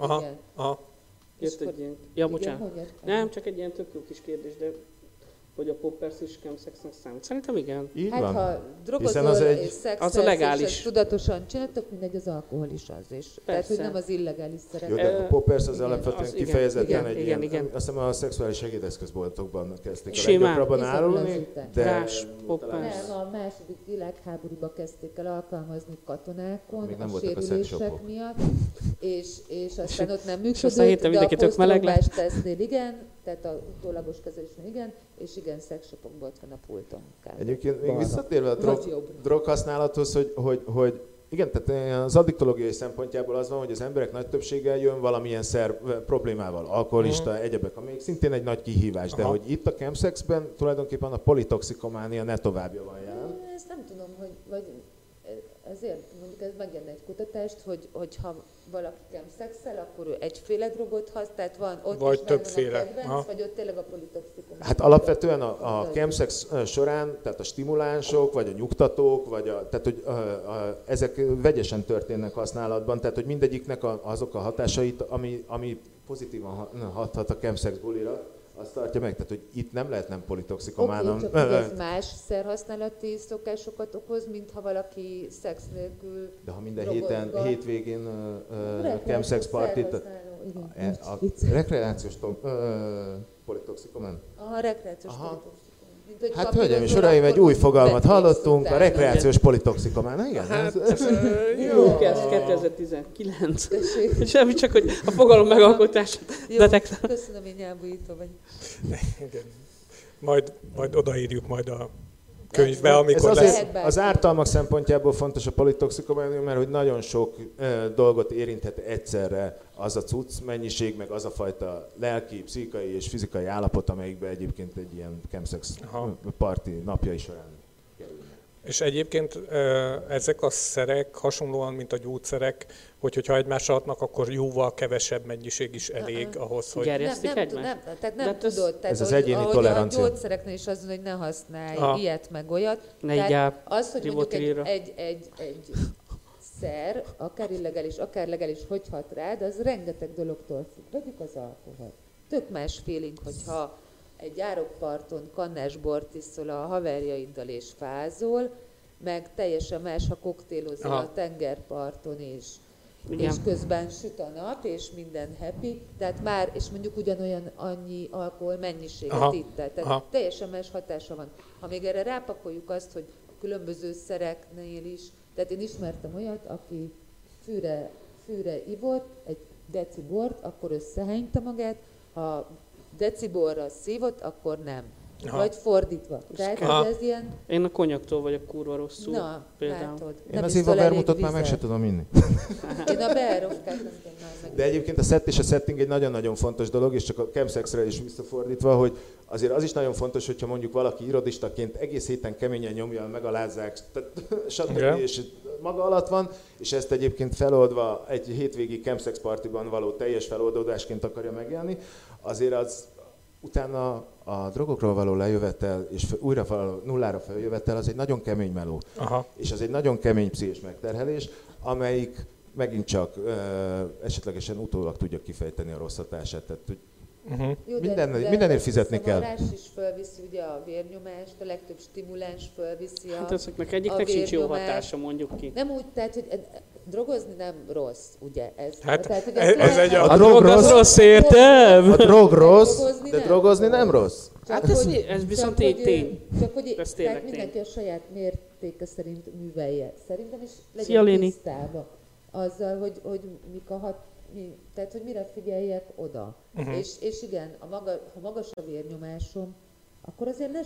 Jött egy ilyen... Ja, bocsánat. Nem, csak egy ilyen tök jó kis kérdés, de hogy a poppers is chemsexnek számít. Szerintem igen. Így hát van. ha drogozol és szexelsz, az a legális. és tudatosan csináltok, mindegy, az alkohol is az is. Tehát, hogy nem az illegális Jó, de a poppers az alapvetően kifejezetten egy ilyen, azt hiszem a szexuális segédeszközboltokban kezdték a simán. leggyakrabban árulni, de... Nem, a második világháborúban kezdték el alkalmazni katonákon a sérülések miatt, és aztán ott nem működött, de a poszttraumás tesztnél igen, tehát a utólagos kezelésnél igen, és igen, szexshopokban volt van a pulton. Egyébként még visszatérve a droghasználathoz, hogy igen, tehát az addiktológiai szempontjából az van, hogy az emberek nagy többséggel jön valamilyen problémával, alkoholista, egyebek, amelyik szintén egy nagy kihívás, de hogy itt a chemsexben tulajdonképpen a politoxikománia ne továbbja van jelen. Ezt nem tudom, vagy ezért mondjuk ez megjelent egy kutatást, hogy ha valaki chemsexel, akkor ő egyféle drogot használ, tehát van ott vagy is többféle. A kedvenc, vagy ott tényleg a politoxikum. Hát alapvetően a chemsex során, tehát a stimulánsok, vagy a nyugtatók, tehát hogy ezek vegyesen történnek használatban, tehát hogy mindegyiknek azok a hatásait, ami pozitívan hathat a chemsex bulira, azt tartja meg, tehát hogy itt nem lehet nem politoxikománon. Csak ez más szerhasználati szokásokat okoz, mint ha valaki szex nélkül. De ha minden hétvégén chemsex partit, a rekreációs politoxikomán? A rekreációs politoxikomán. Hát hölgyeim és uraim, egy új fogalmat hallottunk, a rekreációs politoxikomán. Igen? Hát, jó, 2019. Semmi, csak hogy a fogalom megalkotását detektál. Köszönöm, én nyelvújító vagy. Igen. Majd odaírjuk majd a könyvbe, amikor lesz. Az ártalmak szempontjából fontos a politoxikománia, mert hogy nagyon sok dolgot érinthet egyszerre az a cucc mennyiség, meg az a fajta lelki, pszichai és fizikai állapot, amelyikben egyébként egy ilyen chemsex parti napjai során kerülnek. És egyébként ezek a szerek hasonlóan, mint a gyógyszerek, hogyha egymással hatnak, akkor jóval kevesebb mennyiség is elég ahhoz, hogy... Gerjesztik egymást? Tehát nem tudod. Ez az egyéni tolerancia. A gyógyszereknél is az, hogy ne használj ilyet meg olyat. Az, hogy mondjuk egy szer, akár illegális, akár legális, hogy hat rád, az rengeteg dologtól függ. Vegyük az alkohol. Tök más feeling, hogyha egy árokparton kannásbort iszol a haverjaiddal és fázol, meg teljesen más, ha koktélozol a tengerparton és közben süt a nap, és minden happy, tehát már, és mondjuk ugyanolyan annyi alkohol mennyiséget itt, tehát teljesen más hatása van. Ha még erre rápakoljuk azt, hogy a különböző szereknél is. Tehát én ismertem olyat, aki fűre ivott egy deci bort, akkor összehányta magát, ha deciborra szívott, akkor nem. Aha. Vagy fordítva. Tehát ez ilyen... Én a konyaktól vagyok kurva rosszul. Na, például. látod. Én az Éva vermutot már meg se tudom inni. Én a beerovkát nem tudom már meg. De egyébként a set és a setting egy nagyon-nagyon fontos dolog, és csak a chemsexre is visszafordítva, hogy azért az is nagyon fontos, hogyha mondjuk valaki irodistaként egész héten keményen nyomja, megalázzák, stb. Yeah. És maga alatt van, és ezt egyébként feloldva egy hétvégi chemsex partiban való teljes feloldódásként akarja megélni, azért az utána a drogokról való lejövetel és újra való nullára feljövetel az egy nagyon kemény meló. Aha. És az egy nagyon kemény pszichés megterhelés, amelyik megint csak esetlegesen utólag tudja kifejteni a rossz hatását. Tehát, hogy jó, mindenért fizetni kell. A is fölviszi ugye a vérnyomást, a legtöbb stimuláns fölviszi Hát ezeknek egyiknek sincs jó hatása, mondjuk ki. Nem úgy, tehát, hogy drogozni nem rossz, ugye? Hát tehát, hogy ez egy a drog az rossz, értem? A drog rossz, de drogozni nem rossz. Hát ez viszont tény. Csak hogy tehát mindenki a saját mértéke szerint művelje. Szerintem is legyen tisztában azzal, hogy mik a tehát, hogy mire figyeljek oda. És igen, ha magas a vérnyomásom, akkor azért ne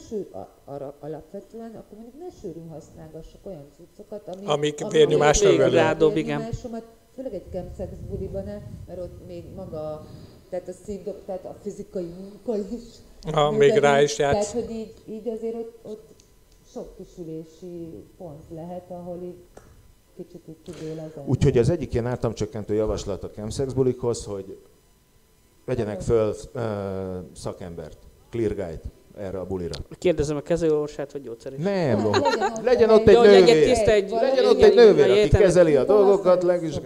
alapvetően, akkor mondjuk ne sűrűn használgassak olyan cuccokat, amik vérnyomásra rádob, igen. Főleg egy chemsex buliban, mert ott még maga, tehát a szívdob, tehát a fizikai munka is. Még rá is játsz. Tehát, hogy így azért ott sok kisülési pont lehet, ahol így kicsit így kidől az. Úgyhogy az egyik ilyen ártalomcsökkentő javaslat a chemsex bulikhoz, hogy vegyenek föl szakembert, clear guide erre a bulira. Kérdezem a kezelőorvosát, vagy gyógyszerész? Nem, legyen ott egy nővér. Legyen ott egy nővér, aki kezeli a dolgokat,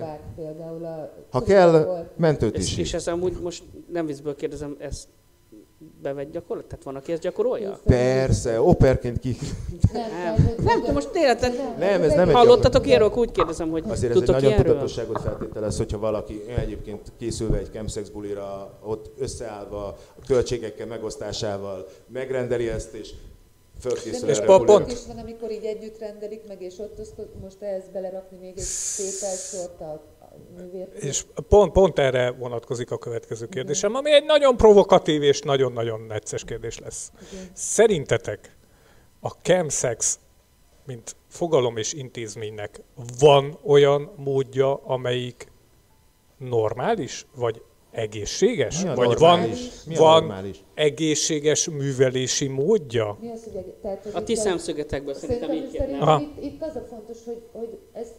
ha kell, mentőt is. És ezt amúgy most nem viccből kérdezem, ezt bevett gyakorlat? Tehát van, aki ezt gyakorolja? Persze, operként ki... Nem, de most tényleg, nem, ez nem egy hallottatok ilyenről, úgy kérdezem, hogy azért ez egy nagyon tudatosságot feltételez, hogyha valaki egyébként készülve egy chemsex bulira, ott összeállva, a költségekkel megosztásával megrendeli ezt, és fölkészül és erre a bulira. És van, amikor így együtt rendelik meg, és ott most ehhez belerakni még egy tételsort a művért. És pont erre vonatkozik a következő kérdésem, ami egy nagyon provokatív és nagyon-nagyon necces kérdés lesz. Igen. Szerintetek a chemsex, mint fogalom és intézménynek van olyan módja, amelyik normális, vagy egészséges? Vagy van egészséges művelési módja? Mi az, hogy a ti szemszögetekből szerintem így itt az a fontos, hogy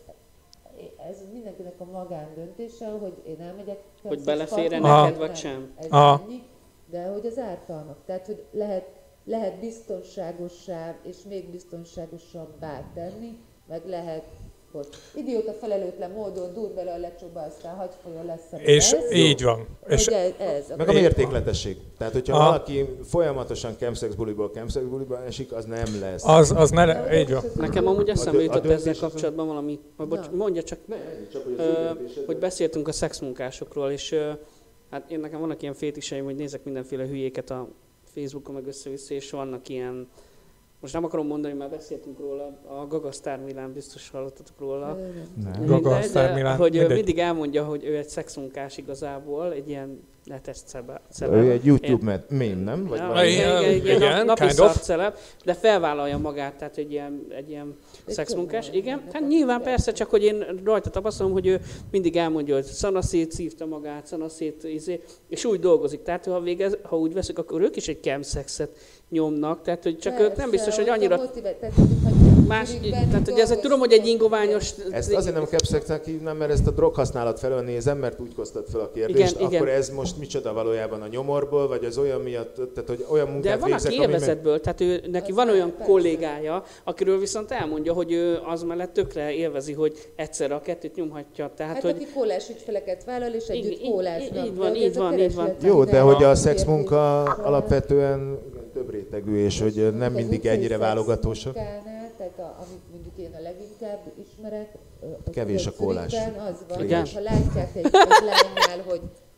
ez mindenkinek a magándöntése, hogy én elmegyek. Hogy belefér-e neked, vagy sem. Ez ennyi, de hogy az ártalmak. Tehát, hogy lehet biztonságossá és még biztonságosabbá tenni, meg lehet, hogy idióta felelőtlen módon dur bele a lecsóba, aztán hagy folyjon lesz. És ez, így van. És meg a mértékletesség. Tehát, hogyha valaki folyamatosan chemsex buliból esik, az nem lesz. Az ne, így van. Nekem amúgy eszembe jutott ezzel kapcsolatban valami, mondja csak, hogy beszéltünk a szexmunkásokról, és hát én nekem vannak ilyen fétiseim, hogy nézek mindenféle hülyéket a Facebookon meg össze-vissza, és vannak ilyen, most nem akarom mondani, már beszéltünk róla, a Gaga Sztár Milán, biztos hallottatok róla. Gaga Sztár Milán. Hogy mindig elmondja, hogy ő egy szexmunkás igazából, egy ilyen netes celeb. Ő egy YouTube meme, nem? Vagy igen, napi szarceleb, de felvállalja magát, tehát egy ilyen szexmunkás. Igen, hát nyilván persze, csak hogy én rajta tapasztalom, hogy ő mindig elmondja, hogy szanaszét szívta magát, szanaszét, és úgy dolgozik. Tehát ha úgy veszük, akkor ők is egy chemsexet nyomnak, tehát hogy csak ők nem biztos, hogy annyira más, tehát hogy ez tudom, hogy egy ingoványos... Ezt azért nem chemsexnek hívnám, mert ezt a droghasználat felől nézem, mert úgy hoztad fel a kérdést, igen, akkor ez most micsoda valójában a nyomorból, vagy az olyan miatt, tehát hogy olyan munkát végzek, de van, aki élvezetből, tehát neki van olyan kollégája, akiről viszont elmondja, hogy ő az mellett tökre élvezi, hogy egyszerre a kettőt nyomhatja. Tehát, hát aki kólás ügyfeleket vállal, és együtt kólásnak. Így van. Jó, de hogy a szexmunka alapvetően több rétegű, és hogy nem mindig ennyire válogatósak. Tehát amit mondjuk én a leginkább ismerek, kevés a kólás. Az van, hogy ha látják egy lánynál,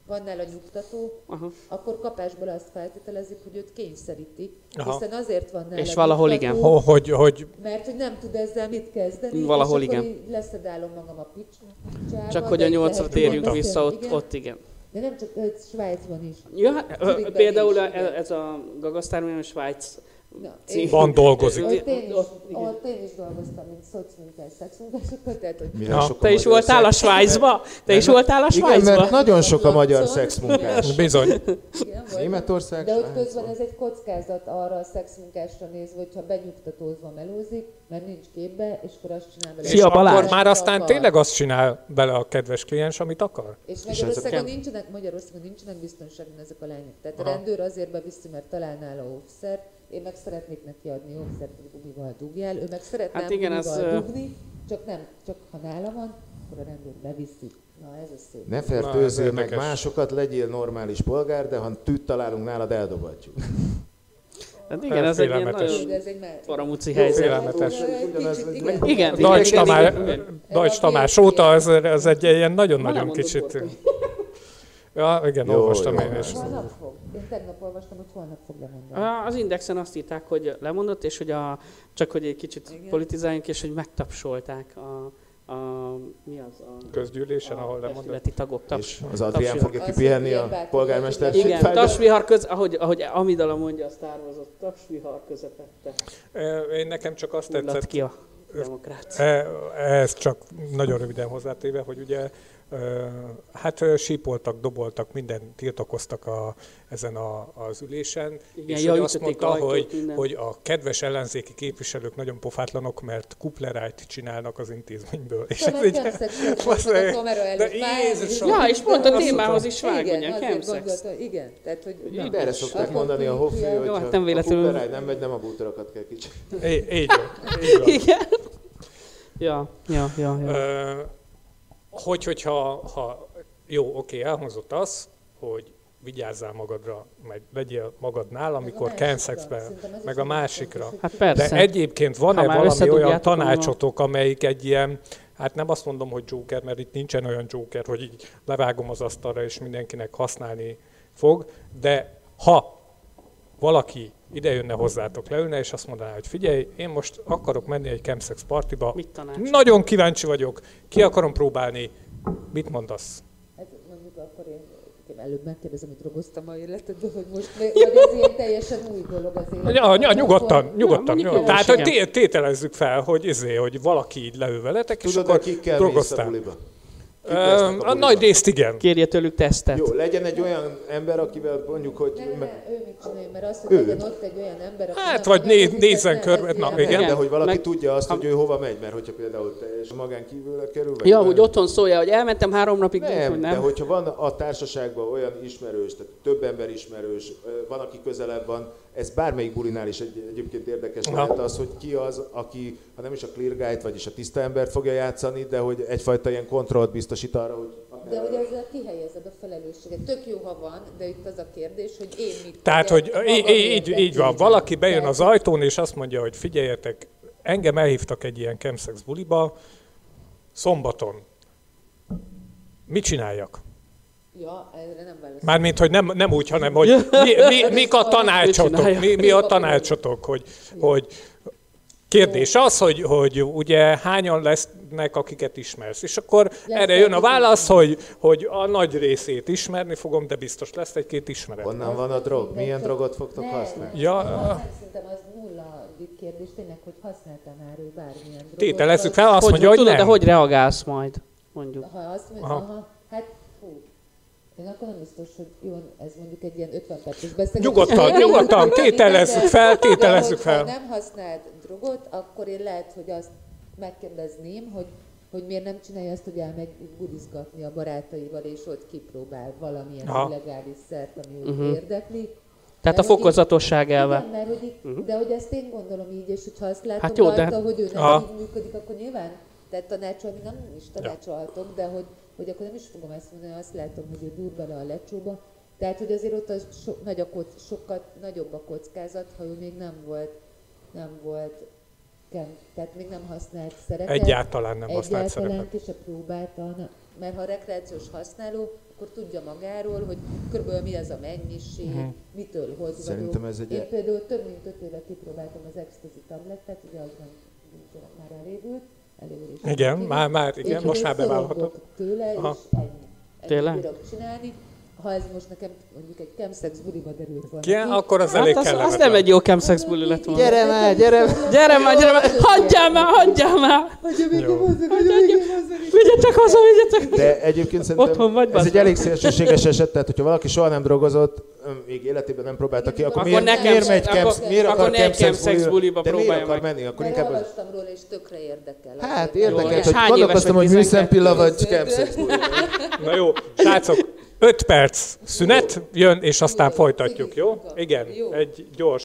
van nála nyugtató, akkor kapásból azt feltételezik, hogy őt kényszerítik, hiszen azért van nála és valahol nyugtató, igen. Mert hogy nem tud ezzel mit kezdeni, valahol és akkor igen. leszedálom magam a picsába. Csak hogy a 8-ra térjünk vissza, ott igen. De nem csak Svájcban is. Ja, például ez a Gagasztár, Svájc van dolgozik. Ott én is dolgoztam, mint szocmunkás, szexmunkásokat, tehát hogy... Te is voltál a Svájcba? Igen, mert nagyon sok a magyar szexmunkás. Bizony. Németország, de ott közben ez egy kockázat arra a szexmunkásra nézve, hogyha benyugtatózva melózik, mert nincs képbe, és akkor azt csinál vele. És akkor már aztán tényleg azt csinál bele a kedves kliens, amit akar? És Magyarországon nincsenek biztonságban ezek a lányok. Tehát a rendőr azért beviszi, mert talál nála óvszert, én meg szeretnék neki adni óvszert, hogy gumival dugjál, ő meg szeretne gumival dugni, csak ha nála van, akkor a rendőr beviszi. Na, ez a szép. Ne fertőzzél meg másokat, legyél normális polgár, de ha tűt találunk nálad, eldobatjuk. Hát igen, ez egy ilyen nagyon faramúci helyzet. Igen. Deutsch Tamás óta ez egy ilyen nagyon-nagyon kicsit... Ja, igen, olvastam én is. Én tegnap olvastam, hogy holnap fog lemondani. Az Indexen azt írták, hogy lemondott, és hogy csak hogy egy kicsit politizáljunk, és hogy megtapsolták mi az a közgyűlésen, ahol lemondott. Tagok. És az Adrián fogja kipihenni a polgármesterség. Igen, tapsvihar ahogy Amidala mondja, azt tárvozott, tapsvihar közepette. Én nekem csak azt tetszett. Ki a demokrácia. Ez csak nagyon röviden hozzátéve, hogy ugye hát sípoltak, doboltak, minden tiltakoztak ezen az ülésen, igen, és azt mondta, hogy a kedves ellenzéki képviselők nagyon pofátlanok, mert kuplerájt csinálnak az intézményből. És ez így... Ja, és pont a témához is vágony, a chemsex. Igen, tehát hogy... De erre szokták mondani a Hoffi, hogy ha a kupleráj nem megy, nem a bútorokat kell kicsit. Így van. Igen. Ja. Hogyha jó, oké, elhangzott az, hogy vigyázzál magadra, meg legyél magadnál, amikor chemsexben, meg a másikra. Hát persze. De egyébként van-e valami olyan tanácsotok, amelyik egy ilyen, hát nem azt mondom, hogy joker, mert itt nincsen olyan joker, hogy így levágom az asztalra, és mindenkinek használni fog, de ha valaki ide jönne hozzátok, leülne, és azt mondaná, hogy figyelj, én most akarok menni egy chemsex partiba, nagyon kíváncsi vagyok, ki akarom próbálni, mit mondasz? Hát mondjuk akkor én előbb megkérdezem, hogy drogoztam a életedből, hogy most vagy ez ilyen teljesen új dolog az életedben. Ja, nyugodtan. Tehát, hogy tételezzük fel, hogy valaki így leül veletek, és akkor drogoztál. A nagy részt igen. Kérje tőlük tesztet. Jó, legyen egy olyan ember, akivel mondjuk, hogy... ő mit csinálja, mert azt, hogy legyen ott egy olyan ember, aki... Hát, vagy nézzen körbe, na igen. De hogy valaki tudja azt, hogy ő hova megy, mert hogyha például teljesen magán kívül kerül... Ja, hogy otthon szólja, hogy elmentem 3 napig, nem. De hogyha van a társaságban olyan ismerős, tehát több ember ismerős, van, aki közelebb van, ez bármelyik bulinál is egyébként érdekes lehet az, hogy ki az, aki, ha nem is a clear guy-t, vagyis a tiszta embert fogja játszani, de hogy egyfajta ilyen kontrollt biztosít arra, hogy... De hogy ezzel kihelyezed a felelősséget. Tök jó, ha van, de itt az a kérdés, hogy én mit... Tehát, hogy így van, valaki bejön az ajtón, és azt mondja, hogy figyeljetek, engem elhívtak egy ilyen chemsex buliba, szombaton. Mit csináljak? Ja, erre nem válaszolok. Mármint, hogy nem úgy, hanem, hogy mik a tanácsotok, mi a tanácsotok, hogy kérdés az, hogy ugye hányan lesznek, akiket ismersz. És akkor erre jön a válasz, hogy a nagy részét ismerni fogom, de biztos lesz egy-két ismeret. Honnan van a drog? Milyen drogot fogtok használni? Szerintem az nulladik kérdés tényleg, hogy használtál már ő bármilyen drogot. Tételezzük fel, azt mondja, hogy tudod, nem. de hogy reagálsz majd, mondjuk. Ha azt mondja, hát én akkor nem biztos, hogy jó, ez mondjuk egy ilyen 50 perces beszélgetés. Nyugodtan, tételezzük fel. Ha nem használt drogot, akkor én lehet, hogy azt megkérdezném, hogy miért nem csinálja azt, hogy elmegy budizgatni a barátaival, és ott kipróbál valamilyen illegális szert, ami úgy érdekli. Tehát a fokozatosság elve. Igen, mert hogy de hogy ezt én gondolom így, és hogyha azt látom rajta, hogy ő nem így működik, akkor nyilván, tehát tanácsolni nem is tanácsolhatok, de hogy akkor nem is fogom ezt mondani, azt látom, hogy ő dur bele a lecsóba. Tehát, hogy azért ott sokkal nagyobb a kockázat, ha ő még nem volt, tehát még nem használt szereket. Egyáltalán nem használt szereket. Egyáltalán ki se próbálta, mert ha rekreációs használó, akkor tudja magáról, hogy körülbelül mi ez a mennyiség, mitől hogy Szerintem vagyok. ez egy... Én például több mint 5 éve kipróbáltam az Ecstasy tablettet, ugye az már elévült. Igen, igen, most már bevállalhatod. Tőle, és ennyi. Tényleg? Bírok csinálni. Ha ez most nekem mondjuk egy chemsex buliba derült volna Igen, akkor az elég kellemetlen. Az nem egy jó chemsex buli lett volna. Gyere már! Gyere már! Hagyjál már! Vigyetek haza, vigyetek! De egyébként Otthon vagy, szerintem ez egy elég szélsőséges eset, tehát hogyha valaki soha nem drogozott, még életében nem próbálta ki, akkor miért megy miért akar chemsex buliba de miért próbálja akar meg? menni? Akkor Mert inkább... hallottam róla, és tökre érdekel. Hát Jó, érdekelt, és hogy hány gondolkoztam, hogy éves vagy, műszempilla vagy chemsex buli. Na jó, srácok, 5 perc szünet jön, és aztán folytatjuk, jó? Igen, egy gyors